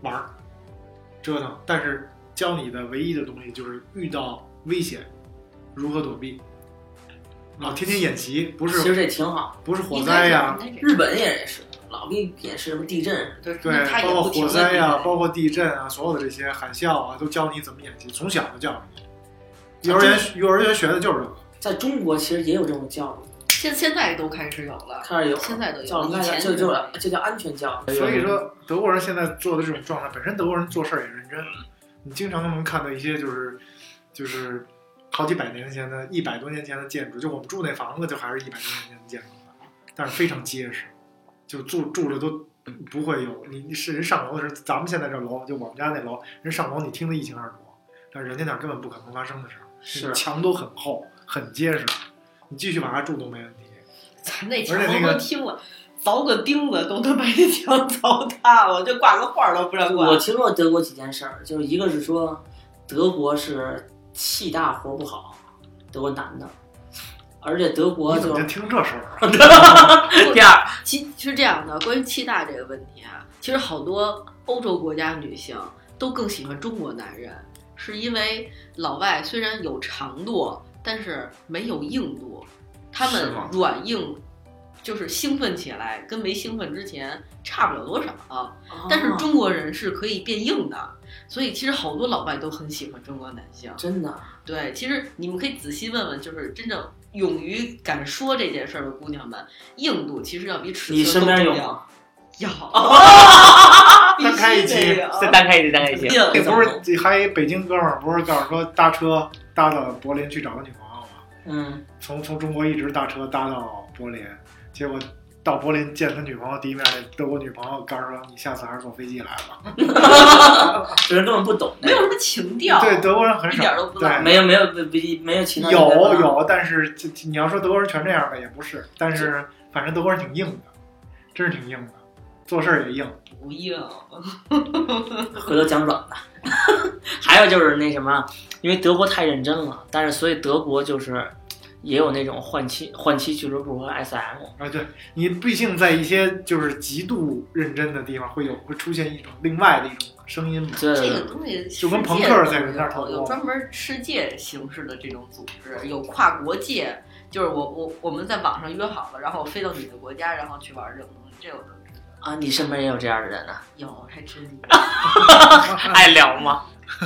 玩儿、折腾，但是教你的唯一的东西就是遇到危险如何躲避。老天天演习，不是， 其实这挺好， 不是火灾呀、啊， 日本也是老给你演示什么地震， 对，包括火灾呀、啊，包括地震啊，所有的这些海啸啊，都教你怎么演习，从小就教你。幼儿园幼儿园学的就是这个。 在中国其实也有这种教育， 现现在都开始有了， 开始有， 现在都有， 教以前就就就叫安全教育。 所以说，德国人现在做的这种状态，本身德国人做事也认真，你经常能看到一些就是就是好几百年前的、一百多年前的建筑，就我们住那房子就还是一百多年前的建筑的，但是非常结实，就住住着都不会有你你是人上楼的时候，咱们现在这楼就我们家那楼，人上楼你听得一清二楚，但是人家那根本不可能发生的事儿， 是墙都很厚很结实，你继续往下住都没问题。 咱那墙我都听了，凿个钉子都能把这墙凿塌了，就挂个画都不让挂。 我听说德国几件事儿，就是一个是说德国是气大活不好，德国男的，而且德国就就听这事儿。 第二，其是这样的，关于气大这个问题啊，其实好多欧洲国家女性都更喜欢中国男人，是因为老外虽然有长度，但是没有硬度。他们软硬就是兴奋起来跟没兴奋之前差不了多少、啊哦、但是中国人是可以变硬的，所以其实好多老外都很喜欢中国男性。 真的？对， 其实你们可以仔细问问，就是真正勇于敢说这件事的姑娘们，硬度其实要比尺寸更重要。你身边有吗？ 有。 单开一期， 再单开一期，单开一期。 那不是还有北京哥们儿，不是告诉说搭车搭到柏林去找他女朋友吗？ 嗯， 从从中国一直搭车搭到柏林，结果到柏林见他女朋友第一面，那德国女朋友告诉说：“你下次还是坐飞机来吧。” 这人根本不懂， 没有什么情调。 对，德国人很少， 一点都不对， 没有没有没没有情调。 有有，但是你要说德国人全这样的也不是，但是反正德国人挺硬的，真是挺硬的，做事儿也硬。 不硬， 回头讲软的。还有就是那什么，因为德国太认真了，但是所以德国就是也有那种换妻换妻俱乐部和 S M 啊，对，你毕竟在一些就是极度认真的地方，会有会出现一种另外的一种声音嘛。 这个东西就跟朋克在那儿头有专门世界形式的这种组织，有跨国界，就是我我我们在网上约好了，然后飞到你的国家，然后去玩这种东西，这我都知道。 啊，你身边也有这样的人呢、啊？ 有，还真有。 爱聊吗？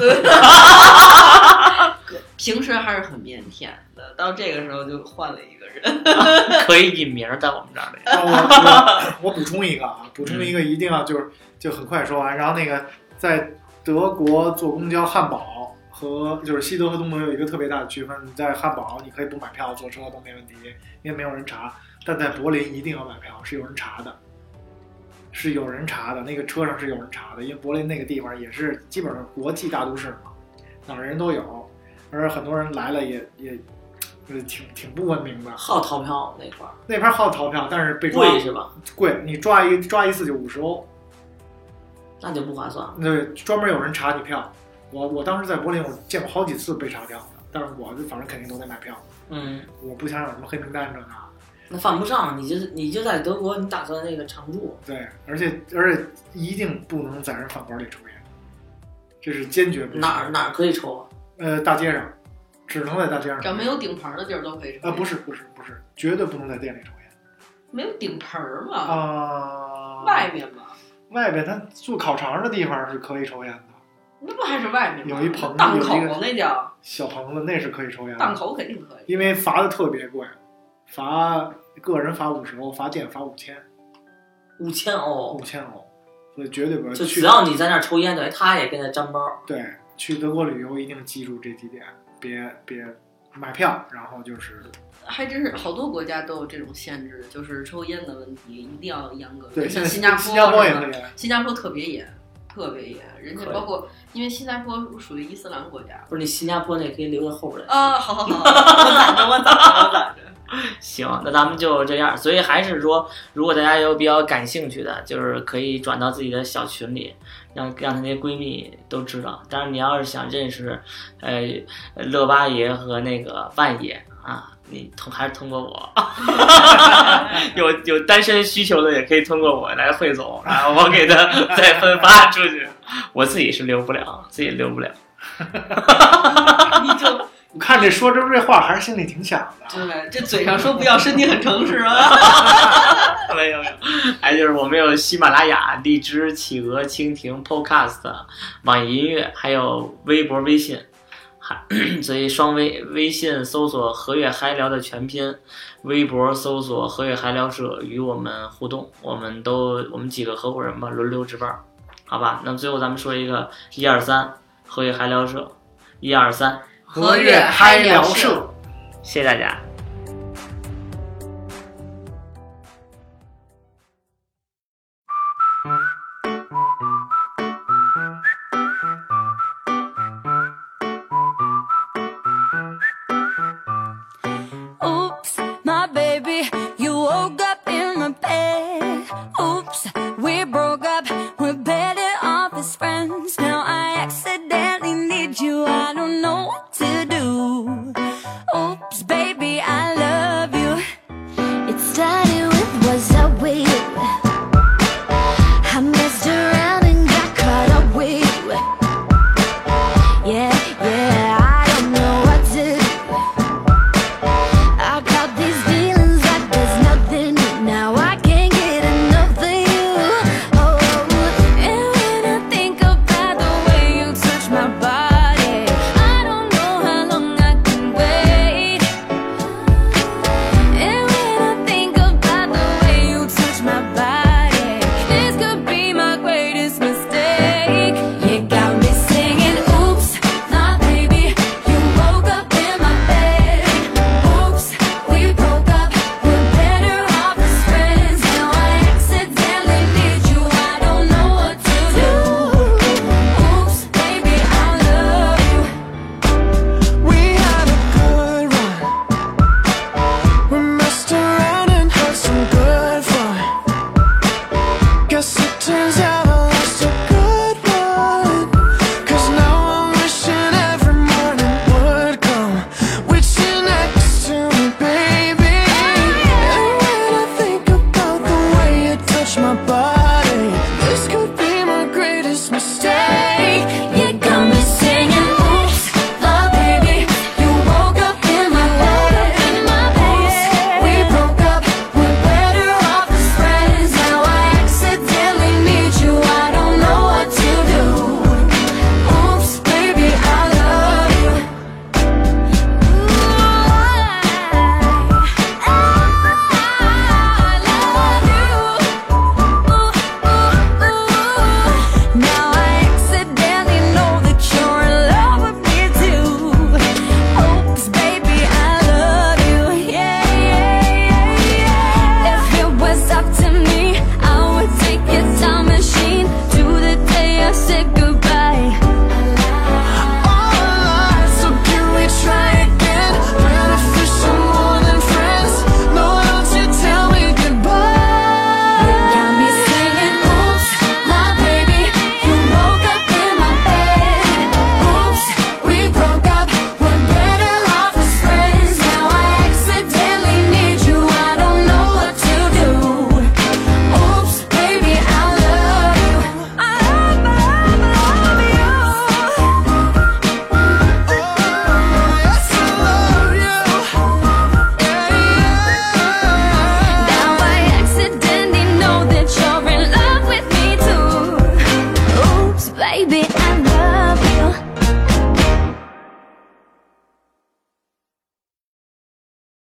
平时还是很腼腆的，到这个时候就换了一个人。 可以隐名在我们这儿的。 我我我补充一个啊，补充一个一定要就是就很快说完。然后那个在德国坐公交，汉堡和就是西德和东德有一个特别大的区分。你在汉堡你可以不买票坐车都没问题，因为没有人查。但在柏林一定要买票，是有人查的。是有人查的，那个车上是有人查的，因为柏林那个地方也是基本上国际大都市嘛，哪儿人都有，而很多人来了也也也挺挺不文明的。 好逃票那块儿， 那边好逃票，但是被抓贵是吧？ 贵，你抓一抓一次就五十欧， 那就不划算。 对，专门有人查你票。我我当时在柏林，我见过好几次被查票的，但是我反正肯定都得买票。 嗯， 我不想有什么黑名单这那。 那犯不上，你就你就在德国，你打算那个常住。 对，而且而且一定不能在人饭馆里抽烟，这是坚决不行。 哪儿哪儿可以抽啊？ 呃，大街上，只能在大街上。 只要没有顶棚的地儿都可以抽。 啊、呃，不是不是不是，绝对不能在店里抽烟。 没有顶棚嘛？ 啊、呃， 外面嘛。 外边，他做烤肠的地方是可以抽烟的。 那不还是外面吗？ 有一棚子， 档口那叫小棚子，那是可以抽烟的。 档口肯定可以， 因为罚的特别贵。罚个人罚五十欧，罚店罚五千， 五千欧， 五千欧，所以绝对不要去。 就只要你在那儿抽烟，等于他也跟着沾包。 对，去德国旅游一定记住这几点，别别买票，然后就是。 还真是好多国家都有这种限制，就是抽烟的问题一定要严格。 对， 像新加坡， 新加坡也很严， 新加坡特别严。特别严，人家包括因为新加坡属于伊斯兰国家， 不是你新加坡那可以留在后边啊。好好好，我攒着，我攒着，我攒着。 行，那咱们就这样。所以还是说，如果大家有比较感兴趣的，就是可以转到自己的小群里，让让她那些闺蜜都知道。当然，你要是想认识，呃，乐八爷和那个万爷啊， 你通还是通过我，有有单身需求的也可以通过我来汇总，然后我给他再分发出去。我自己是留不了，自己留不了。 你就我看这说这这话还是心里挺想的。 对，这嘴上说不要，身体很诚实啊。 没有没有，还就是我们有喜马拉雅、荔枝、企鹅、蜻蜓、Podcast、网易音乐，还有微博、微信。所以双微，微信搜索和悦嗨聊的全拼，微博搜索和悦嗨聊社与我们互动，我们都我们几个合伙人吧轮流值班，好吧？那么最后咱们说一个一二三和悦嗨聊社，一二三和悦嗨聊社， 谢谢大家。 baby, I love